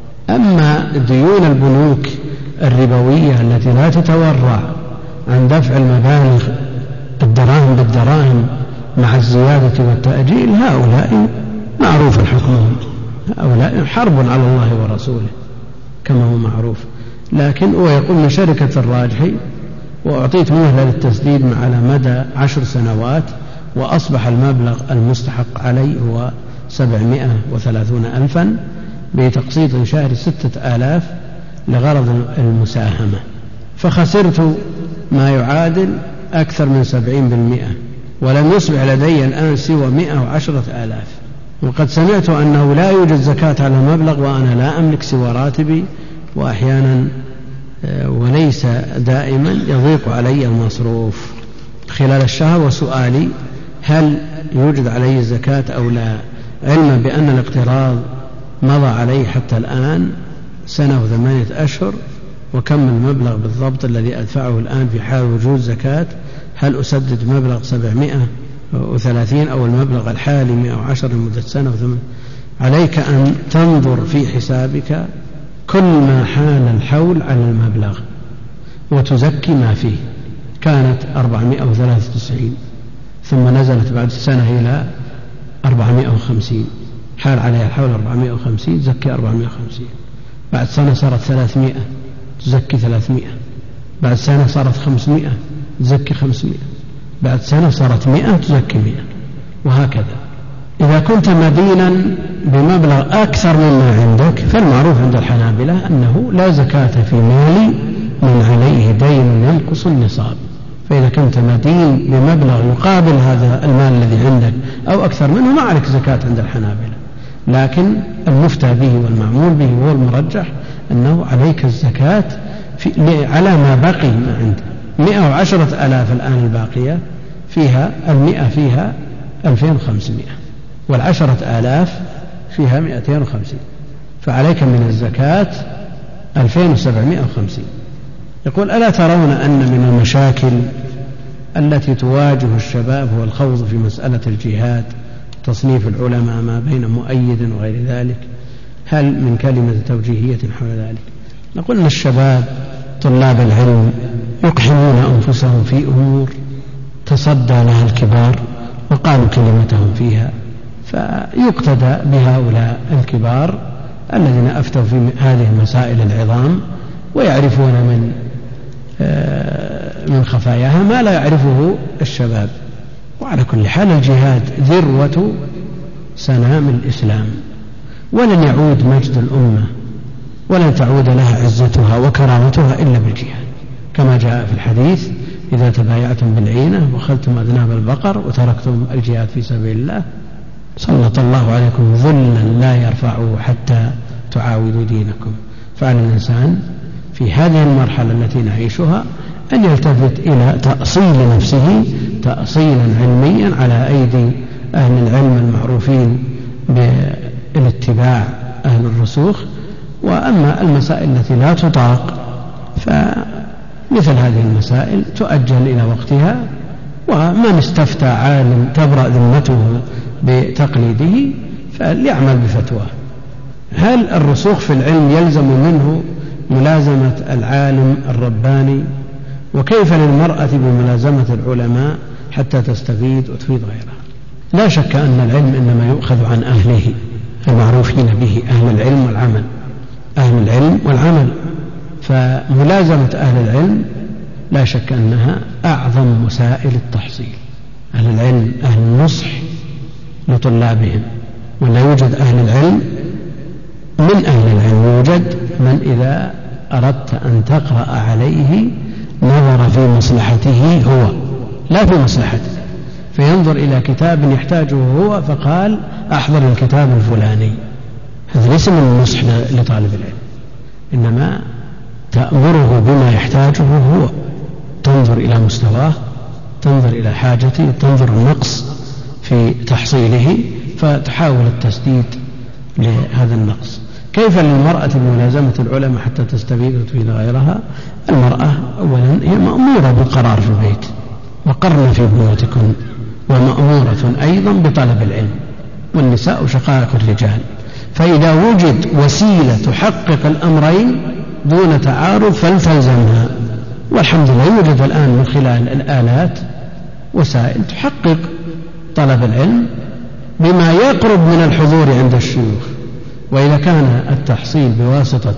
أما ديون البنوك الربوية التي لا تتورع عن دفع المبالغ الدراهم بالدراهم مع الزيادة والتأجيل، هؤلاء معروف حكمهم، هؤلاء حرب على الله ورسوله كما هو معروف. لكن هو يقول من شركة الراجحي وأعطيت مهلة للتسديد على مدى عشر سنوات، وأصبح المبلغ المستحق علي هو سبعمائة وثلاثون ألفا بتقسيط شهري ستة آلاف لغرض المساهمة، فخسرت ما يعادل أكثر من سبعين بالمئة، ولم يصبح لدي الآن سوى مئة وعشرة آلاف. وقد سمعت أنه لا يوجد زكاة على المبلغ وأنا لا أملك سوى راتبي، وأحيانا وليس دائما يضيق علي المصروف خلال الشهر. وسؤالي: هل يوجد علي زكاة أو لا؟ علما بأن الاقتراض مضى علي حتى الآن سنة وثمانية أشهر، وكم المبلغ بالضبط الذي أدفعه الآن في حال وجود زكاة؟ هل أسدد مبلغ سبعمائة وثلاثين أو المبلغ الحالي مئة وعشرة لمدة سنة وثمان؟ عليك أن تنظر في حسابك كل ما حان الحول على المبلغ وتزكي ما فيه. كانت أربعمائة وثلاثة وتسعين ثم نزلت بعد سنة إلى أربعمائة وخمسين، حال عليها الحول أربعمائة وخمسين، زكي أربعمائة وخمسين. بعد سنة صارت ثلاثمائة، تزكي ثلاثمائة. بعد سنة صارت خمسمائة، تزكي خمسمائة. بعد سنة صارت مئة، تزكي مئة، وهكذا. إذا كنت مدينا بمبلغ أكثر مما عندك فالمعروف عند الحنابلة أنه لا زكاة في مال من عليه دين ينقص النصاب. فإذا كنت مدين بمبلغ يقابل هذا المال الذي عندك أو أكثر منه ما عليك زكاة عند الحنابلة، لكن المفتى به والمعمول به هو المرجح أنه عليك الزكاة في على ما بقي ما عندك. مئة وعشرة ألاف الآن الباقية فيها المئة فيها ألفين وخمسمائة، والعشرة آلاف فيها مئتين وخمسين، فعليك من الزكاة ألفين وسبعمائة وخمسين. يقول: ألا ترون أن من المشاكل التي تواجه الشباب هو الخوض في مسألة الجهاد، تصنيف العلماء ما بين مؤيد وغير ذلك؟ هل من كلمة توجيهية حول ذلك؟ نقول أن الشباب طلاب العلم يقحمون أنفسهم في أمور تصدى لها الكبار وقالوا كلمتهم فيها، فيقتدى بهؤلاء الكبار الذين أفتوا في هذه المسائل العظام ويعرفون من من خفاياها ما لا يعرفه الشباب. وعلى كل حال الجهاد ذروة سنام الإسلام، ولن يعود مجد الأمة ولن تعود لها عزتها وكرامتها إلا بالجهاد، كما جاء في الحديث: إذا تبايعتم بالعينة وأخذتم أذناب البقر وتركتم الجهاد في سبيل الله سلط الله عليكم ذلا لا يرفعه حتى تعاودوا دينكم. فعلى الإنسان في هذه المرحلة التي نعيشها أن يلتفت إلى تأصيل نفسه تأصيلا علميا على أيدي أهل العلم المعروفين بالاتباع، أهل الرسوخ. وأما المسائل التي لا تطاق فمثل هذه المسائل تؤجل إلى وقتها، ومن استفتى عالم تبرأ ذمته بتقليده فليعمل بفتواه. هل الرسوخ في العلم يلزم منه ملازمة العالم الرباني؟ وكيف للمرأة بملازمة العلماء حتى تستفيد وتفيد غيرها؟ لا شك أن العلم إنما يؤخذ عن أهله المعروفين به، أهل العلم والعمل، أهل العلم والعمل. فملازمة أهل العلم لا شك أنها أعظم وسائل التحصيل. أهل العلم أهل النصح لطلابهم، ولا يوجد أهل العلم من أهل العلم يوجد من إذا أردت أن تقرأ عليه نظر في مصلحته هو لا في مصلحته، فينظر إلى كتاب يحتاجه هو فقال أحضر الكتاب الفلاني. هذا ليس من النصح لطالب العلم، إنما تأمره بما يحتاجه هو، تنظر إلى مستواه، تنظر إلى حاجته، تنظر النقص في تحصيله فتحاول التسديد لهذا النقص. كيف للمرأة بملازمة العلماء حتى تستفيد وتفيد غيرها؟ المرأة أولا هي مأمورة بالقرار في البيت، وقرن في بيوتكن، ومأمورة أيضا بطلب العلم، والنساء شقائق الرجال. فإذا وجد وسيلة تحقق الأمرين دون تعارض فلتلزمها. والحمد لله يوجد الآن من خلال الآلات وسائل تحقق طلب العلم بما يقرب من الحضور عند الشيوخ. وإذا كان التحصيل بواسطة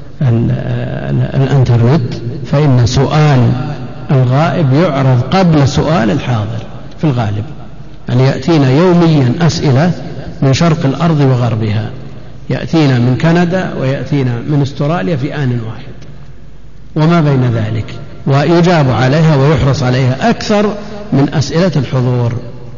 الانترنت فإن سؤال الغائب يعرض قبل سؤال الحاضر في الغالب، يعني يأتينا يوميا أسئلة من شرق الأرض وغربها، يأتينا من كندا ويأتينا من استراليا في آن واحد وما بين ذلك، ويجاب عليها ويحرص عليها أكثر من أسئلة الحضور.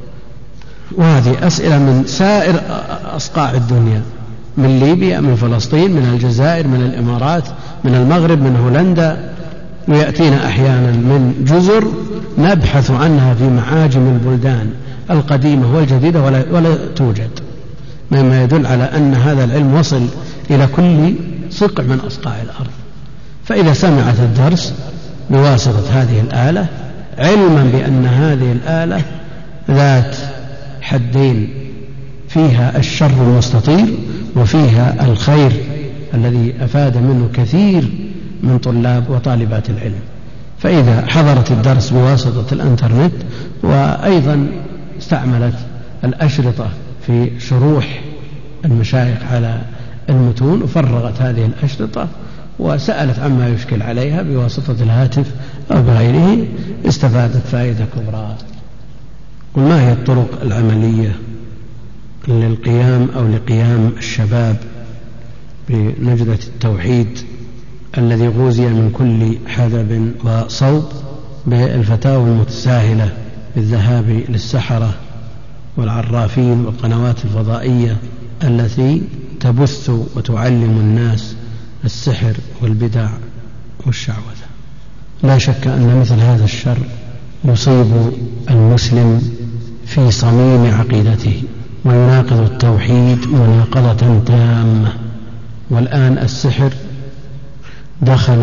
وهذه أسئلة من سائر أصقاع الدنيا، من ليبيا، من فلسطين، من الجزائر، من الإمارات، من المغرب، من هولندا، ويأتينا أحيانا من جزر نبحث عنها في معاجم البلدان القديمة والجديدة ولا, ولا توجد، مما يدل على أن هذا العلم وصل إلى كل صقع من أصقاع الأرض. فإذا سمعت الدرس بواسطة هذه الآلة علما بأن هذه الآلة ذات حدين، فيها الشر المستطير وفيها الخير الذي أفاد منه كثير من طلاب وطالبات العلم. فإذا حضرت الدرس بواسطة الانترنت وأيضا استعملت الأشرطة في شروح المشايخ على المتون وفرغت هذه الأشرطة وسألت عما يشكل عليها بواسطة الهاتف أو بغيره، استفادت فائدة كبرى. قل ما هي الطرق العملية للقيام أو لقيام الشباب بنجدة التوحيد الذي غوزي من كل حدب وصوب بالفتاوى المتساهلة بالذهاب للسحرة والعرافين والقنوات الفضائية التي تبث وتعلم الناس السحر والبدع والشعوذة؟ لا شك أن مثل هذا الشر يصيب المسلم في صميم عقيدته ويناقض التوحيد مناقضة تامة. والآن السحر دخل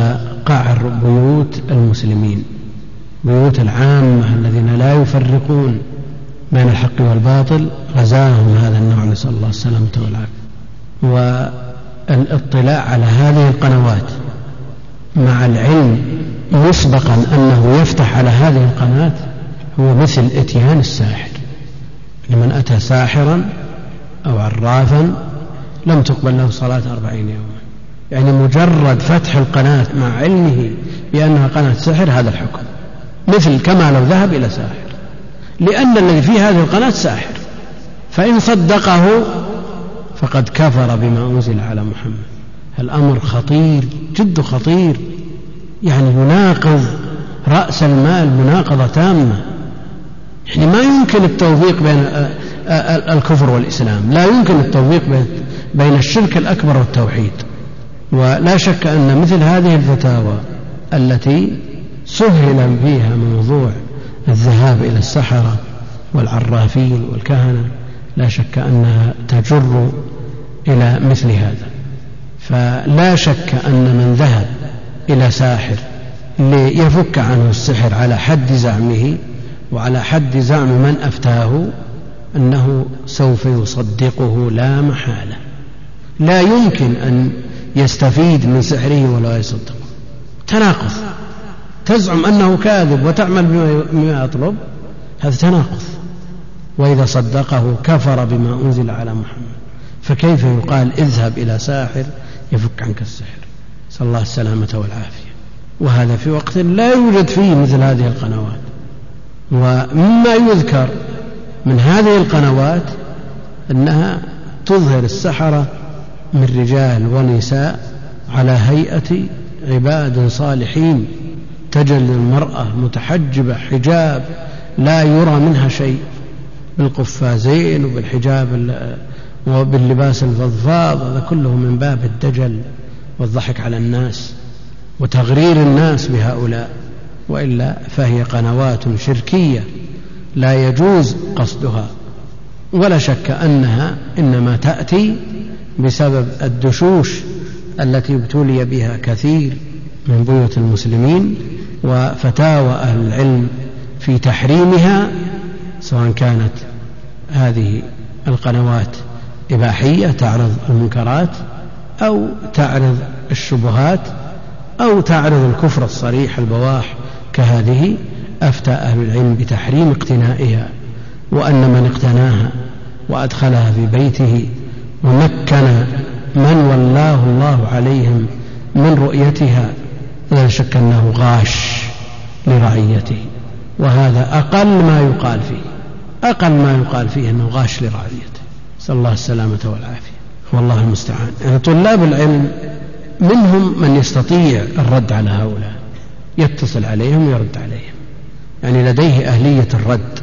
قعر بيوت المسلمين، بيوت العامة الذين لا يفرقون بين الحق والباطل، غزاهم هذا النوع، نسأل الله السلامة والعافية. والاطلاع على هذه القنوات مع العلم مسبقا أنه يفتح على هذه القناة هو مثل اتيان الساحر. لمن أتى ساحرا أو عرافا لم تقبل له صلاة أربعين يوما. يعني مجرد فتح القناة مع علمه بأنها قناة سحر هذا الحكم، مثل كما لو ذهب إلى ساحر، لأن الذي في هذه القناة ساحر، فإن صدقه فقد كفر بما أنزل على محمد. الأمر خطير جد خطير، يعني يناقض رأس المال مناقضة تامة. يعني ما يمكن التوفيق بين الكفر والإسلام، لا يمكن التوفيق بين الشرك الأكبر والتوحيد. ولا شك أن مثل هذه الفتاوى التي سهل فيها موضوع الذهاب إلى السحرة والعرافين والكهنة لا شك أنها تجر إلى مثل هذا. فلا شك أن من ذهب إلى ساحر ليفك عنه السحر على حد زعمه وعلى حد زعم من أفتاه أنه سوف يصدقه لا محالة، لا يمكن أن يستفيد من سحره ولا يصدقه. تناقض، تزعم أنه كاذب وتعمل بما يطلب، هذا تناقض. وإذا صدقه كفر بما أنزل على محمد، فكيف يقال اذهب إلى ساحر يفك عنك السحر؟ نسأل الله السلامة والعافية. وهذا في وقت لا يوجد فيه مثل هذه القنوات. ومما يذكر من هذه القنوات أنها تظهر السحرة من رجال ونساء على هيئة عباد صالحين، تجل المرأة متحجبة حجاب لا يرى منها شيء، بالقفازين وبالحجاب وباللباس الفضفاض، هذا كله من باب الدجل والضحك على الناس وتغرير الناس بهؤلاء. وإلا فهي قنوات شركية لا يجوز قصدها، ولا شك أنها إنما تأتي بسبب الدشوش التي ابتلي بها كثير من بيوت المسلمين، وفتاوى أهل العلم في تحريمها، سواء كانت هذه القنوات إباحية تعرض المنكرات أو تعرض الشبهات أو تعرض الكفر الصريح البواح كهذه. أفتى أهل العلم بتحريم اقتنائها، وأن من اقتناها وأدخلها في بيته ومكن من والله الله عليهم من رؤيتها لا شك أنه غاش لرعيته. وهذا أقل ما يقال فيه، أقل ما يقال فيه أنه غاش لرعيته. نسأل الله السلامة والعافية، والله المستعان. يعني طلاب العلم منهم من يستطيع الرد على هؤلاء، يتصل عليهم ويرد عليهم، يعني لديه أهلية الرد،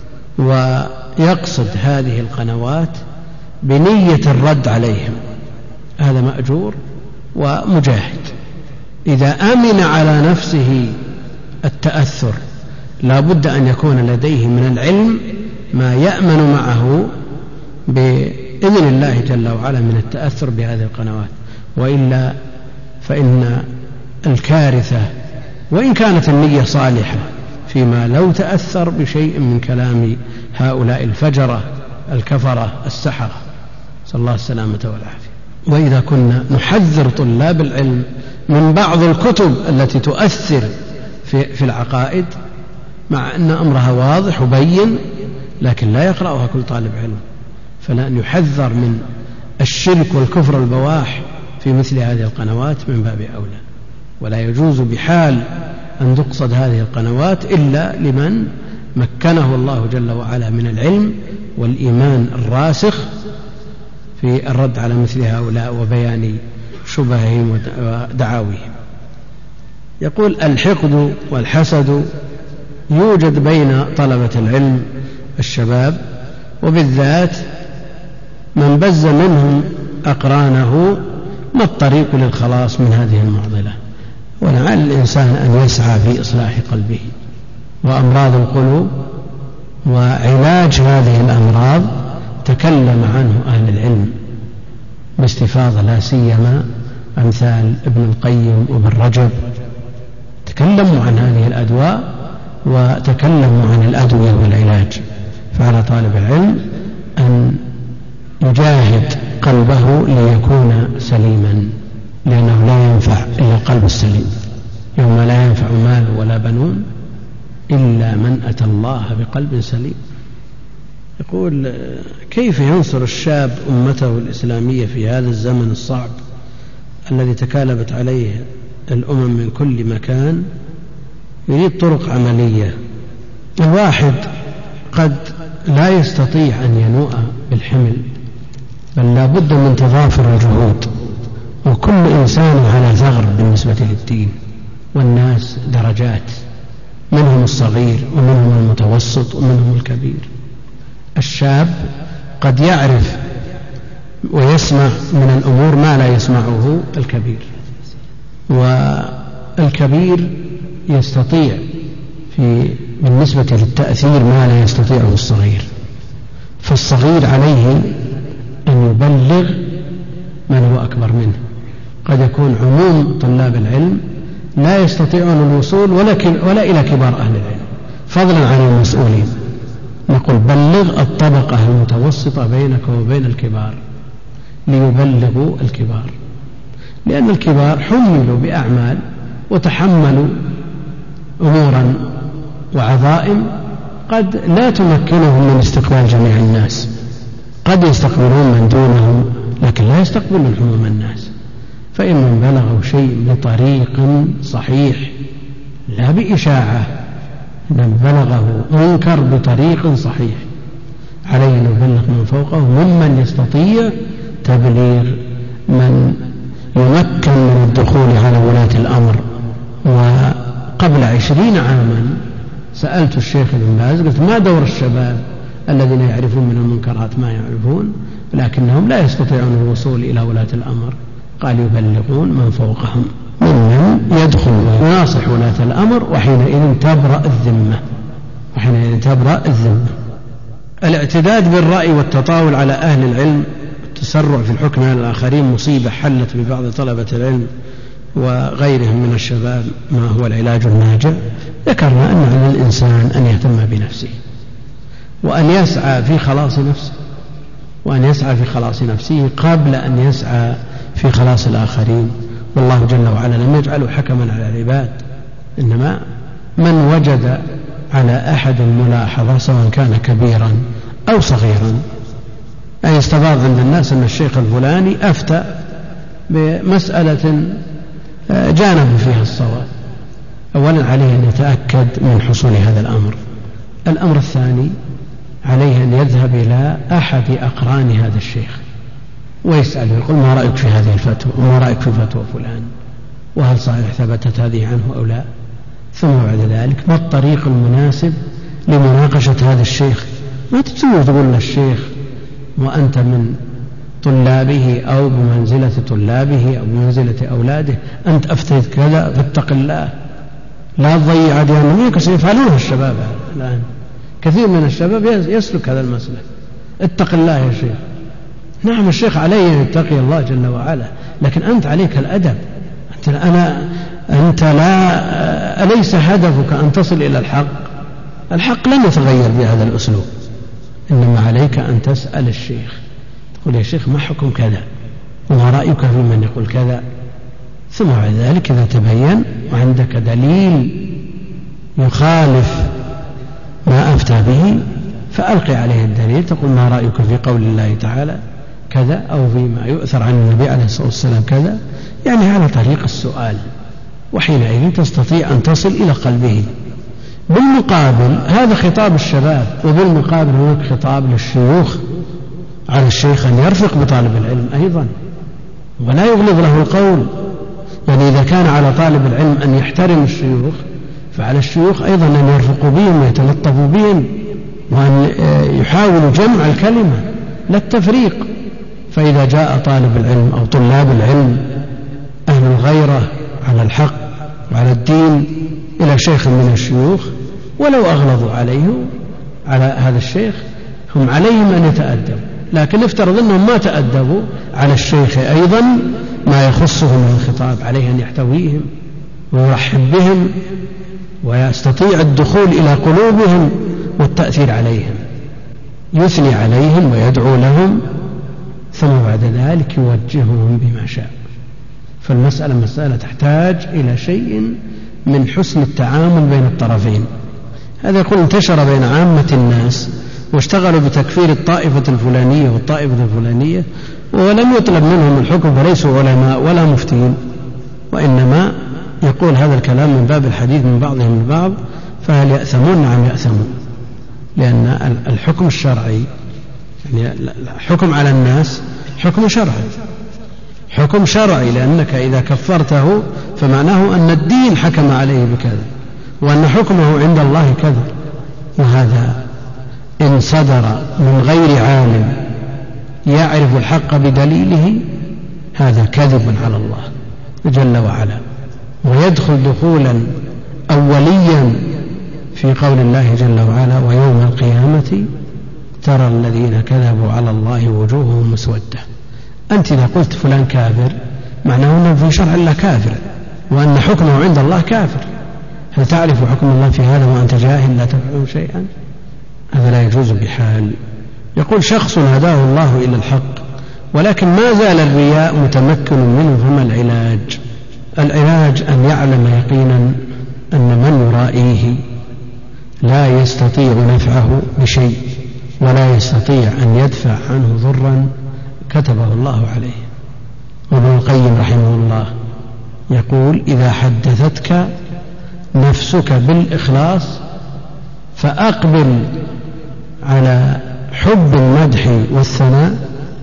ويقصد هذه القنوات بنية الرد عليهم، هذا مأجور ومجاهد. إذا أمن على نفسه التأثر لا بد أن يكون لديه من العلم ما يأمن معه بإذن الله جل وعلا من التأثر بهذه القنوات. وإلا فإن الكارثة، وإن كانت النية صالحة، فيما لو تأثر بشيء من كلام هؤلاء الفجرة الكفرة السحرة، صلى الله السلامة والعافية. وإذا كنا نحذر طلاب العلم من بعض الكتب التي تؤثر في, في العقائد، مع أن أمرها واضح وبين، لكن لا يقرأها كل طالب علم، فلا أن يحذر من الشرك والكفر البواح في مثل هذه القنوات من باب أولى. ولا يجوز بحال أن تقصد هذه القنوات إلا لمن مكنه الله جل وعلا من العلم والإيمان الراسخ في الرد على مثل هؤلاء وبيان شبههم ودعاويهم. يقول: الحقد والحسد يوجد بين طلبة العلم الشباب، وبالذات من بز منهم أقرانه. ما الطريق للخلاص من هذه المعضلة؟ ولعل الإنسان أن يسعى في إصلاح قلبه وأمراض القلوب، وعلاج هذه الأمراض تكلم عنه أهل العلم باستفاضة، لا سيما أمثال ابن القيم وابن رجب تكلموا عن هذه الأدواء وتكلموا عن الأدوية والعلاج. فعلى طالب العلم أن يجاهد قلبه ليكون سليما، لأنه لا ينفع إلا القلب السليم. يوم لا ينفع مال ولا بنون إلا من أتى الله بقلب سليم. يقول: كيف ينصر الشاب أمته الإسلامية في هذا الزمن الصعب الذي تكالبت عليه الأمم من كل مكان؟ يريد طرق عملية. الواحد قد لا يستطيع أن ينوء بالحمل، بل لا بد من تضافر الجهود، وكل إنسان على ثغر بالنسبة للدين، والناس درجات، منهم الصغير ومنهم المتوسط ومنهم الكبير. الشاب قد يعرف ويسمع من الأمور ما لا يسمعه الكبير، والكبير يستطيع في بالنسبة للتأثير ما لا يستطيعه الصغير. فالصغير عليه أن يبلغ من هو أكبر منه. قد يكون عموم طلاب العلم لا يستطيعون الوصول ولكن ولا إلى كبار أهل العلم، فضلا عن المسؤولين. نقول: بلغ الطبقة المتوسطة بينك وبين الكبار ليبلغوا الكبار، لأن الكبار حملوا بأعمال وتحملوا أمورا وعظائم قد لا تمكنهم من استقبال جميع الناس. قد يستقبلون من دونهم لكن لا يستقبلون عموم الناس. فإن بلغوا شيء بطريق صحيح لا بإشاعة، إن بلغه منكر بطريق صحيح عليه أن يبلغ من فوقه ممن يستطيع تبليغ من يمكن من الدخول على ولاة الأمر. وقبل عشرين عاما سألت الشيخ ابن باز قلت: ما دور الشباب الذين يعرفون من المنكرات ما يعرفون لكنهم لا يستطيعون الوصول إلى ولاة الأمر؟ قال: يبلغون من فوقهم ممن يدخل ويناصح ولاة الأمر، وحينئذ تبرأ الذمة وحينئذ تبرأ الذمة. الاعتداد بالرأي والتطاول على أهل العلم، التسرع في الحكم على الآخرين مصيبة حلت ببعض طلبة العلم وغيرهم من الشباب. ما هو العلاج الناجع؟ ذكرنا أن على الإنسان أن يهتم بنفسه، وأن يسعى في خلاص نفسه وأن يسعى في خلاص نفسه قبل أن يسعى في خلاص الآخرين. والله جل وعلا لم يجعله حكما على العباد، إنما من وجد على أحد الملاحظة سواء كان كبيرا أو صغيرا. أي استفاض عند الناس أن الشيخ الفلاني أفتى بمسألة جانب فيها الصواب، أولا عليه أن يتأكد من حصول هذا الأمر. الأمر الثاني عليه أن يذهب إلى أحد أقران هذا الشيخ ويسأله، يقول: ما رأيك في هذه الفتوى؟ وما رأيك في فتوى فلان؟ وهل صحيح ثبتت هذه عنه أو لا؟ ثم بعد ذلك ما الطريق المناسب لمناقشة هذا الشيخ؟ ما تتسوي تقول للشيخ وأنت من طلابه أو بمنزلة طلابه أو بمنزلة أولاده: أنت أفتيت كذا فاتق الله، لا تضيع ديانهم. يفعلونها الشباب الآن، كثير من الشباب يسلك هذا المسلك: اتق الله يا شيخ. نعم الشيخ عليه أن يتقي الله جل وعلا، لكن أنت عليك الأدب. أنت, أنا أنت لا أليس هدفك أن تصل إلى الحق؟ الحق لن يتغير بهذا الأسلوب، إنما عليك أن تسأل الشيخ، تقول: يا شيخ ما حكم كذا؟ وما رأيك في من يقول كذا؟ ثم بعد ذلك إذا تبين وعندك دليل يخالف ما أفتى به فألقي عليه الدليل، تقول: ما رأيك في قول الله تعالى كذا، أو فيما يؤثر عن النبي عليه الصلاة والسلام كذا، يعني على طريق السؤال، وحينئذ تستطيع أن تصل إلى قلبه. بالمقابل هذا خطاب الشباب، وبالمقابل هناك خطاب للشيوخ، على الشيخ أن يرفق بطالب العلم أيضا ولا يغلظ له القول. يعني إذا كان على طالب العلم أن يحترم الشيوخ، فعلى الشيوخ أيضا أن يرفقوا بهم ويتلطفوا بهم، وأن يحاولوا جمع الكلمة لا التفريق. فإذا جاء طالب العلم أو طلاب العلم أهل الغيرة على الحق وعلى الدين إلى شيخ من الشيوخ ولو أغلظوا عليه على هذا الشيخ، هم عليهم أن يتأدبوا، لكن افترض أنهم ما تأدبوا، على الشيخ أيضا ما يخصهم من الخطاب عليه أن يحتويهم ويرحب بهم ويستطيع الدخول إلى قلوبهم والتأثير عليهم، يثني عليهم ويدعو لهم، ثم بعد ذلك يوجههم بما شاء. فالمسألة مسألة تحتاج إلى شيء من حسن التعامل بين الطرفين. هذا يقول انتشر بين عامة الناس واشتغلوا بتكفير الطائفة الفلانية والطائفة الفلانية ولم يطلب منهم الحكم، فليسوا علماء ولا مفتين، وإنما يقول هذا الكلام من باب الحديث من بعضهم البعض. فهل يأثمون؟ نعم يأثمون، لأن الحكم الشرعي يعني الحكم على الناس حكم شرعي، حكم شرعي، لأنك إذا كفرته فمعناه أن الدين حكم عليه بكذا وأن حكمه عند الله كذا. وهذا إن صدر من غير عالم يعرف الحق بدليله هذا كذب على الله جل وعلا، ويدخل دخولا أوليا في قول الله جل وعلا: ويوم القيامة ترى الذين كذبوا على الله وجوههم مسودة. أنت إذا قلت فلان كافر معناه أنه في شرع الله كافر وأن حكمه عند الله كافر. هل تعرف حكم الله في هذا وأنت جاهل لا تفعل شيئا؟ هذا لا يجوز بحال. يقول شخص هداه الله إلى الحق ولكن ما زال الرياء متمكن منه، فما العلاج؟ العلاج أن يعلم يقينا أن من يرائيه لا يستطيع نفعه بشيء ولا يستطيع أن يدفع عنه ضرا كتبه الله عليه. وابن القيم رحمه الله يقول: إذا حدثتك نفسك بالإخلاص فأقبل على حب المدح والثناء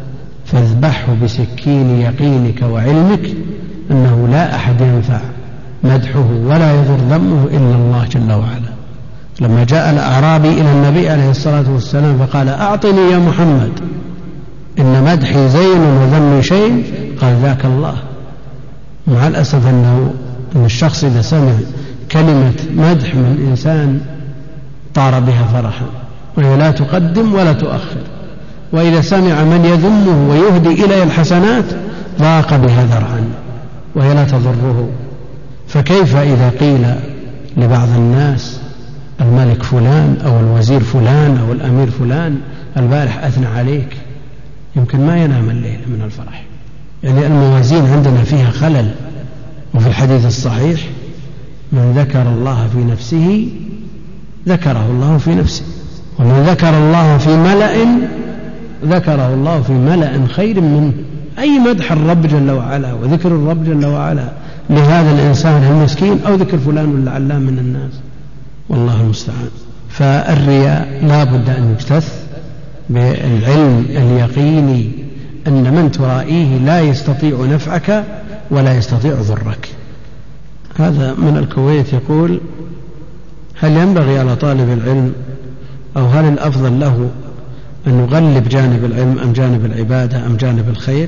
فاذبحه بسكين يقينك وعلمك أنه لا أحد ينفع مدحه ولا يضر ذمه إلا الله جل وعلا. لما جاء الأعرابي إلى النبي عليه الصلاة والسلام فقال: أعطني يا محمد إن مدحي زين وذمي شيء، قال: ذاك الله. مع الأسف أنه أن الشخص إذا سمع كلمة مدح من إنسان طار بها فرحا وهي لا تقدم ولا تؤخر، وإذا سمع من يذمه ويهدي إليه الحسنات ضاق بها ذرعا وهي لا تضره. فكيف إذا قيل لبعض الناس الملك فلان أو الوزير فلان أو الأمير فلان البارح أثنى عليك، يمكن ما ينام الليل من الفرح. يعني الموازين عندنا فيها خلل. وفي الحديث الصحيح: من ذكر الله في نفسه ذكره الله في نفسه، ومن ذكر الله في ملأ ذكره الله في ملأ خير منه. أي مدح الرب جل وعلا وذكر الرب جل وعلا لهذا الإنسان المسكين، أو ذكر فلان ولا علام من الناس، والله المستعان. فالرياء لا بد أن يجتث بالعلم اليقيني أن من ترائيه لا يستطيع نفعك ولا يستطيع ضرك. هذا من الكويت يقول: هل ينبغي على طالب العلم أو هل الأفضل له أن يغلب جانب العلم أم جانب العبادة أم جانب الخير؟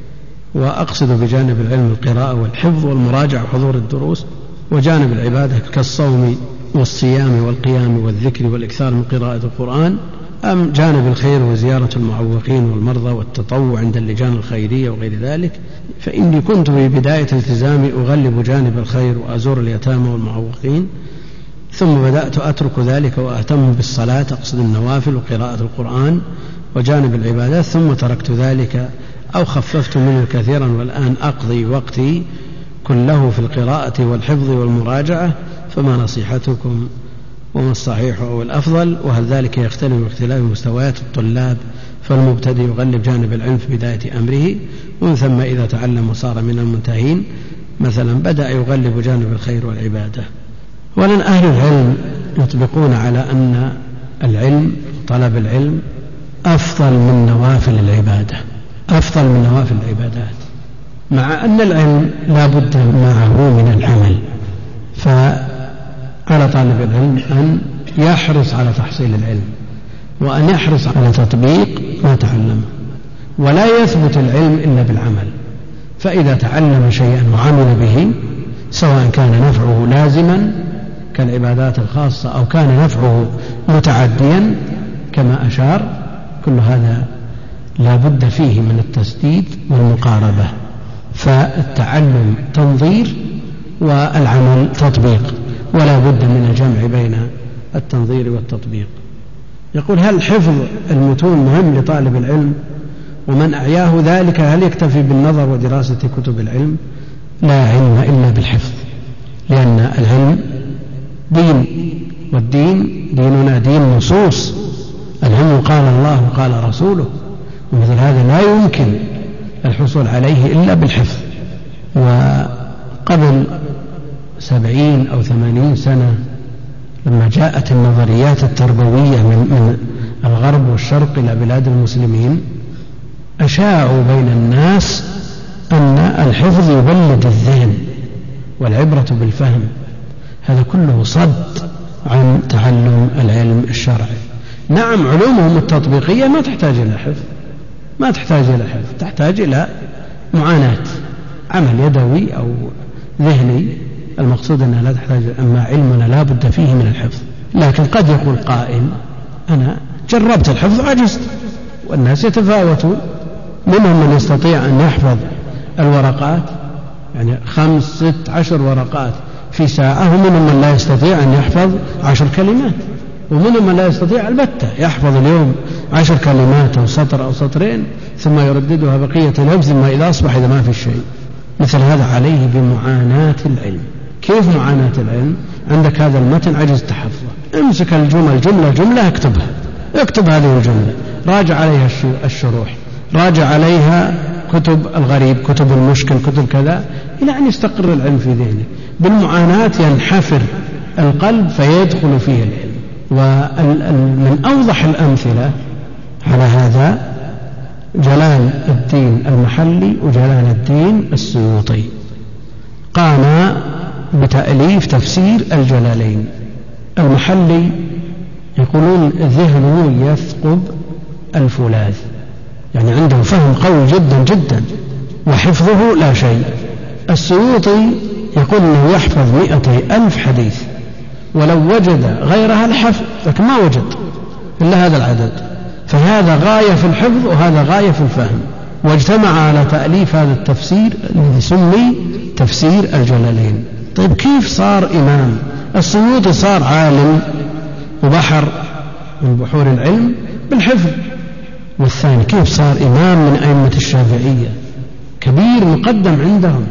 وأقصد بجانب العلم القراءة والحفظ والمراجعة وحضور الدروس، وجانب العبادة كالصوم والصيام والقيام والذكر والإكثار من قراءة القرآن، أم جانب الخير وزيارة المعوقين والمرضى والتطوع عند اللجان الخيرية وغير ذلك. فإني كنت في بداية التزامي أغلب جانب الخير وأزور اليتامى والمعوقين، ثم بدأت أترك ذلك وأهتم بالصلاة، أقصد النوافل وقراءة القرآن وجانب العبادات، ثم تركت ذلك أو خففت منه كثيرا، والآن أقضي وقتي كله في القراءة والحفظ والمراجعة. فما نصيحتكم وما الصحيح أو الأفضل؟ وهل ذلك يختلف باختلاف مستويات الطلاب؟ فالمبتدئ يغلب جانب العلم في بداية أمره، ومن ثم إذا تعلم وصار من المنتهين مثلا بدأ يغلب جانب الخير والعبادة. ولن أهل العلم يطبقون على أن العلم طلب العلم أفضل من نوافل العبادة، أفضل من نوافل العبادات، مع أن العلم لا بد معه من العمل. فعلى طالب العلم أن يحرص على تحصيل العلم وأن يحرص على تطبيق ما تعلمه، ولا يثبت العلم إلا بالعمل. فإذا تعلم شيئا وعمل به سواء كان نفعه لازما كالعبادات الخاصة أو كان نفعه متعديا كما أشار، كل هذا لا بد فيه من التسديد والمقاربة. فالتعلم تنظير والعمل تطبيق، ولا بد من الجمع بين التنظير والتطبيق. يقول: هل حفظ المتون مهم لطالب العلم؟ ومن أعياه ذلك هل يكتفي بالنظر ودراسة كتب العلم؟ لا علم إلا بالحفظ، لأن العلم دين، والدين ديننا دين نصوص. العلم قال الله وقال رسوله، ومثل هذا لا يمكن الحصول عليه إلا بالحفظ. وقبل سبعين أو ثمانين سنة لما جاءت النظريات التربوية من الغرب والشرق إلى بلاد المسلمين، أشاعوا بين الناس أن الحفظ يبلد الذهن والعبرة بالفهم. هذا كله صد عن تعلم العلم الشرعي. نعم، علومهم التطبيقية ما تحتاج إلى حفظ، ما تحتاج إلى حفظ، تحتاج إلى معاناة، عمل يدوي أو ذهني. المقصود أنها لا تحتاج، أما علمنا لا بد فيه من الحفظ. لكن قد يقول قائل: أنا جربت الحفظ وعجزت. والناس يتفاوتون، منهم من يستطيع أن يحفظ الورقات، يعني خمس ست عشر ورقات في ساعة، ومنهم من لا يستطيع أن يحفظ عشر كلمات، ومنهم من لا يستطيع البتة يحفظ اليوم عشر كلمات أو سطر أو سطرين ثم يرددها بقية اليوم، ثم إذا أصبح إذا ما في شيء. مثل هذا عليه بمعاناة العلم. كيف معاناة العلم؟ عندك هذا المتن عجز تحفظه، امسك الجمل جملة جملة اكتبها، اكتب هذه الجملة، راجع عليها الشروح، راجع عليها كتب الغريب، كتب المشكل، كتب كذا، إلى أن يستقر العلم في ذهنك. بالمعاناة ينحفر القلب فيدخل فيه العلم. ومن أوضح الأمثلة على هذا جلال الدين المحلي وجلال الدين السيوطي، قام بتأليف تفسير الجلالين. المحلي يقولون ذهنه يثقب الفولاذ، يعني عنده فهم قوي جدا جدا وحفظه لا شيء. السيوطي يقول أنه يحفظ مئتي ألف حديث، ولو وجد غيرها لحفظ، لكن ما وجد إلا هذا العدد. فهذا غاية في الحفظ وهذا غاية في الفهم، واجتمع على تأليف هذا التفسير الذي سمي تفسير الجلالين. طيب كيف صار إمام؟ السيوطي صار عالم وبحر من بحور العلم بالحفظ، والثاني كيف صار إمام من أئمة الشافعية كبير مقدم عندهم؟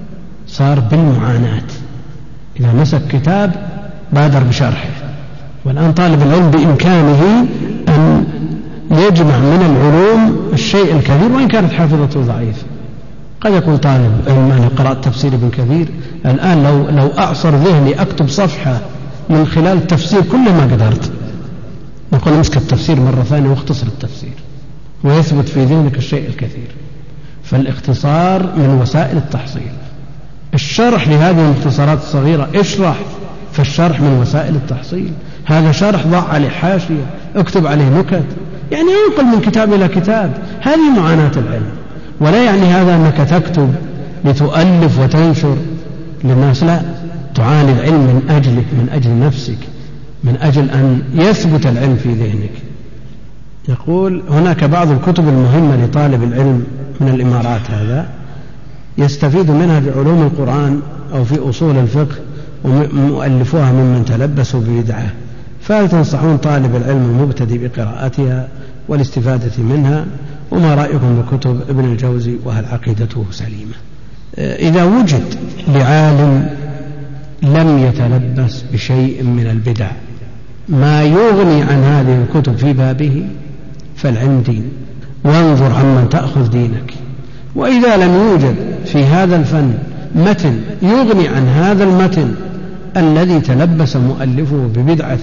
صار بالمعاناة. إذا مسك كتاب بادر بشرحه. والآن طالب العلم بإمكانه أن يجمع من العلوم الشيء الكثير وإن كانت حافظته ضعيفة. قد يقول طالب علم: أنا قرأت تفسير ابن كثير، الآن لو, لو أعصر ذهني أكتب صفحة من خلال التفسير كله ما قدرت. نقول: امسك التفسير مرة ثانية واختصر التفسير ويثبت في ذهنك الشيء الكثير. فالاختصار من وسائل التحصيل. الشرح لهذه الاختصارات الصغيرة اشرح، فالشرح من وسائل التحصيل. هذا شرح ضع عليه حاشية، اكتب عليه نكت، يعني ينقل من كتاب إلى كتاب. هذه معاناة العلم. ولا يعني هذا أنك تكتب لتؤلف وتنشر للناس، لا، تعاني العلم من أجلك، من أجل نفسك، من أجل أن يثبت العلم في ذهنك. يقول: هناك بعض الكتب المهمة لطالب العلم من الإمارات هذا يستفيد منها في علوم القرآن أو في أصول الفقه، ومؤلفوها ممن تلبسوا ببدعة، فهل تنصحون طالب العلم المبتدئ بقراءتها والاستفادة منها؟ وما رأيكم بكتب ابن الجوزي وهل عقيدته سليمة؟ إذا وجد لعالم لم يتلبس بشيء من البدع ما يغني عن هذه الكتب في بابه فالعلم دين، وانظر عمن تأخذ دينك. وإذا لم يوجد في هذا الفن متن يغني عن هذا المتن الذي تلبس مؤلفه ببدعة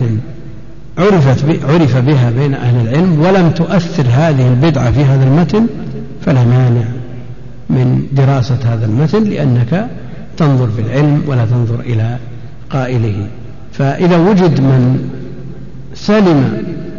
عرفت عرف بها بين أهل العلم ولم تؤثر هذه البدعة في هذا المتن، فلا مانع من دراسة هذا المتن، لأنك تنظر في العلم ولا تنظر إلى قائله. فإذا وجد من سلم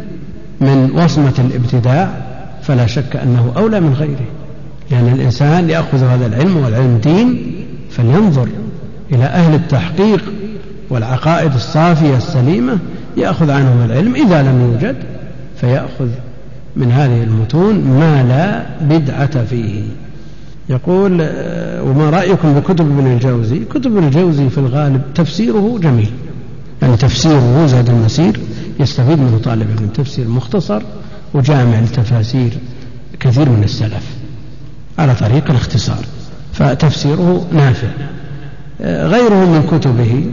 من وصمة الابتداع فلا شك أنه أولى من غيره، لأن الإنسان يأخذ هذا العلم والعلم دين فلينظر إلى أهل التحقيق والعقائد الصافية السليمة يأخذ عنهم العلم. إذا لم يوجد فيأخذ من هذه المتون ما لا بدعة فيه. يقول وما رأيكم بكتب ابن الجوزي؟ كتب ابن الجوزي في الغالب تفسيره جميل، يعني تفسيره زاد المسير يستفيد منه طالب العلم، تفسير مختصر وجامع لتفاسير كثير من السلف على طريق الاختصار، فتفسيره نافع. غيره من كتبه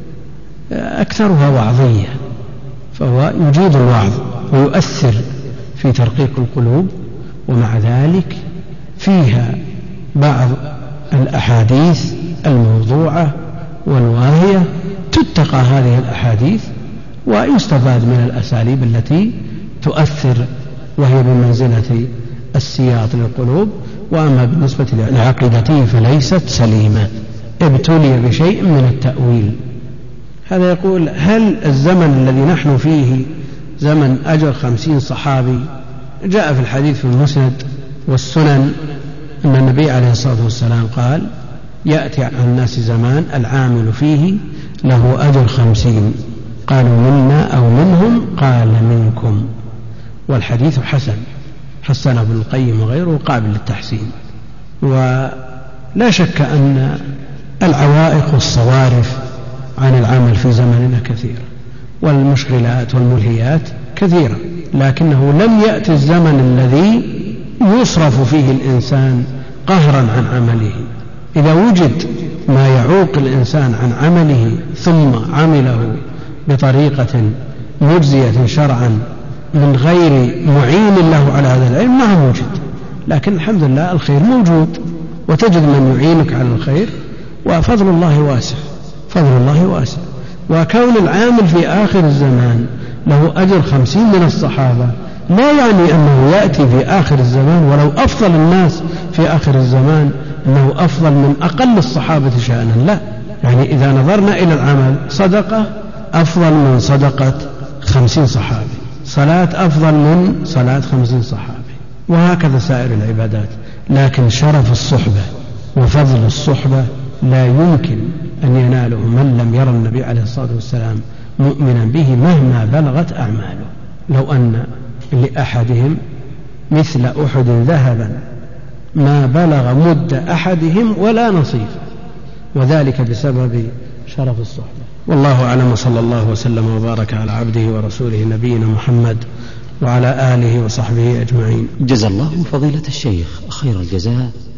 أكثرها وعظية، فهو يجيد الوعظ ويؤثر في ترقيق القلوب، ومع ذلك فيها بعض الأحاديث الموضوعة والواهية تتقى هذه الأحاديث ويستفاد من الأساليب التي تؤثر وهي بمنزلة السياط للقلوب. وأما بالنسبة لعقيدته فليست سليمة، ابتلي بشيء من التأويل. هذا يقول هل الزمن الذي نحن فيه زمن أجر خمسين صحابي؟ جاء في الحديث في المسند والسنن أن النبي عليه الصلاة والسلام قال يأتي على الناس زمان العامل فيه له أجر خمسين، قالوا منا أو منهم؟ قال منكم. والحديث حسن، حسن ابن القيم وغيره قابل للتحسين. ولا شك أن العوائق والصوارف عن العمل في زمننا كثيرة، والمشغلات والملهيات كثيرة، لكنه لم يأتي الزمن الذي يصرف فيه الإنسان قهرا عن عمله. إذا وجد ما يعوق الإنسان عن عمله ثم عمله بطريقة مجزية شرعا من غير معين له على هذا العلم ما هو موجود، لكن الحمد لله الخير موجود وتجد من يعينك على الخير، وفضل الله واسع، فضل الله واسع. وكون العامل في آخر الزمان له أجر خمسين من الصحابة لا يعني أنه يأتي في آخر الزمان ولو أفضل الناس في آخر الزمان أنه أفضل من أقل الصحابة شأنا، لا، يعني إذا نظرنا إلى العمل صدقة أفضل من صدقة خمسين صحابي، صلاة أفضل من صلاة خمسين صحابي، وهكذا سائر العبادات. لكن شرف الصحبة وفضل الصحبة لا يمكن أن يناله من لم يرى النبي عليه الصلاة والسلام مؤمنا به مهما بلغت أعماله. لو أن لأحدهم مثل أحد ذهبا ما بلغ مد أحدهم ولا نصيف، وذلك بسبب شرف الصحبة. والله أعلم، صلى الله وسلم وبارك على عبده ورسوله نبينا محمد وعلى آله وصحبه أجمعين. جزا الله فضيلة الشيخ خير الجزاء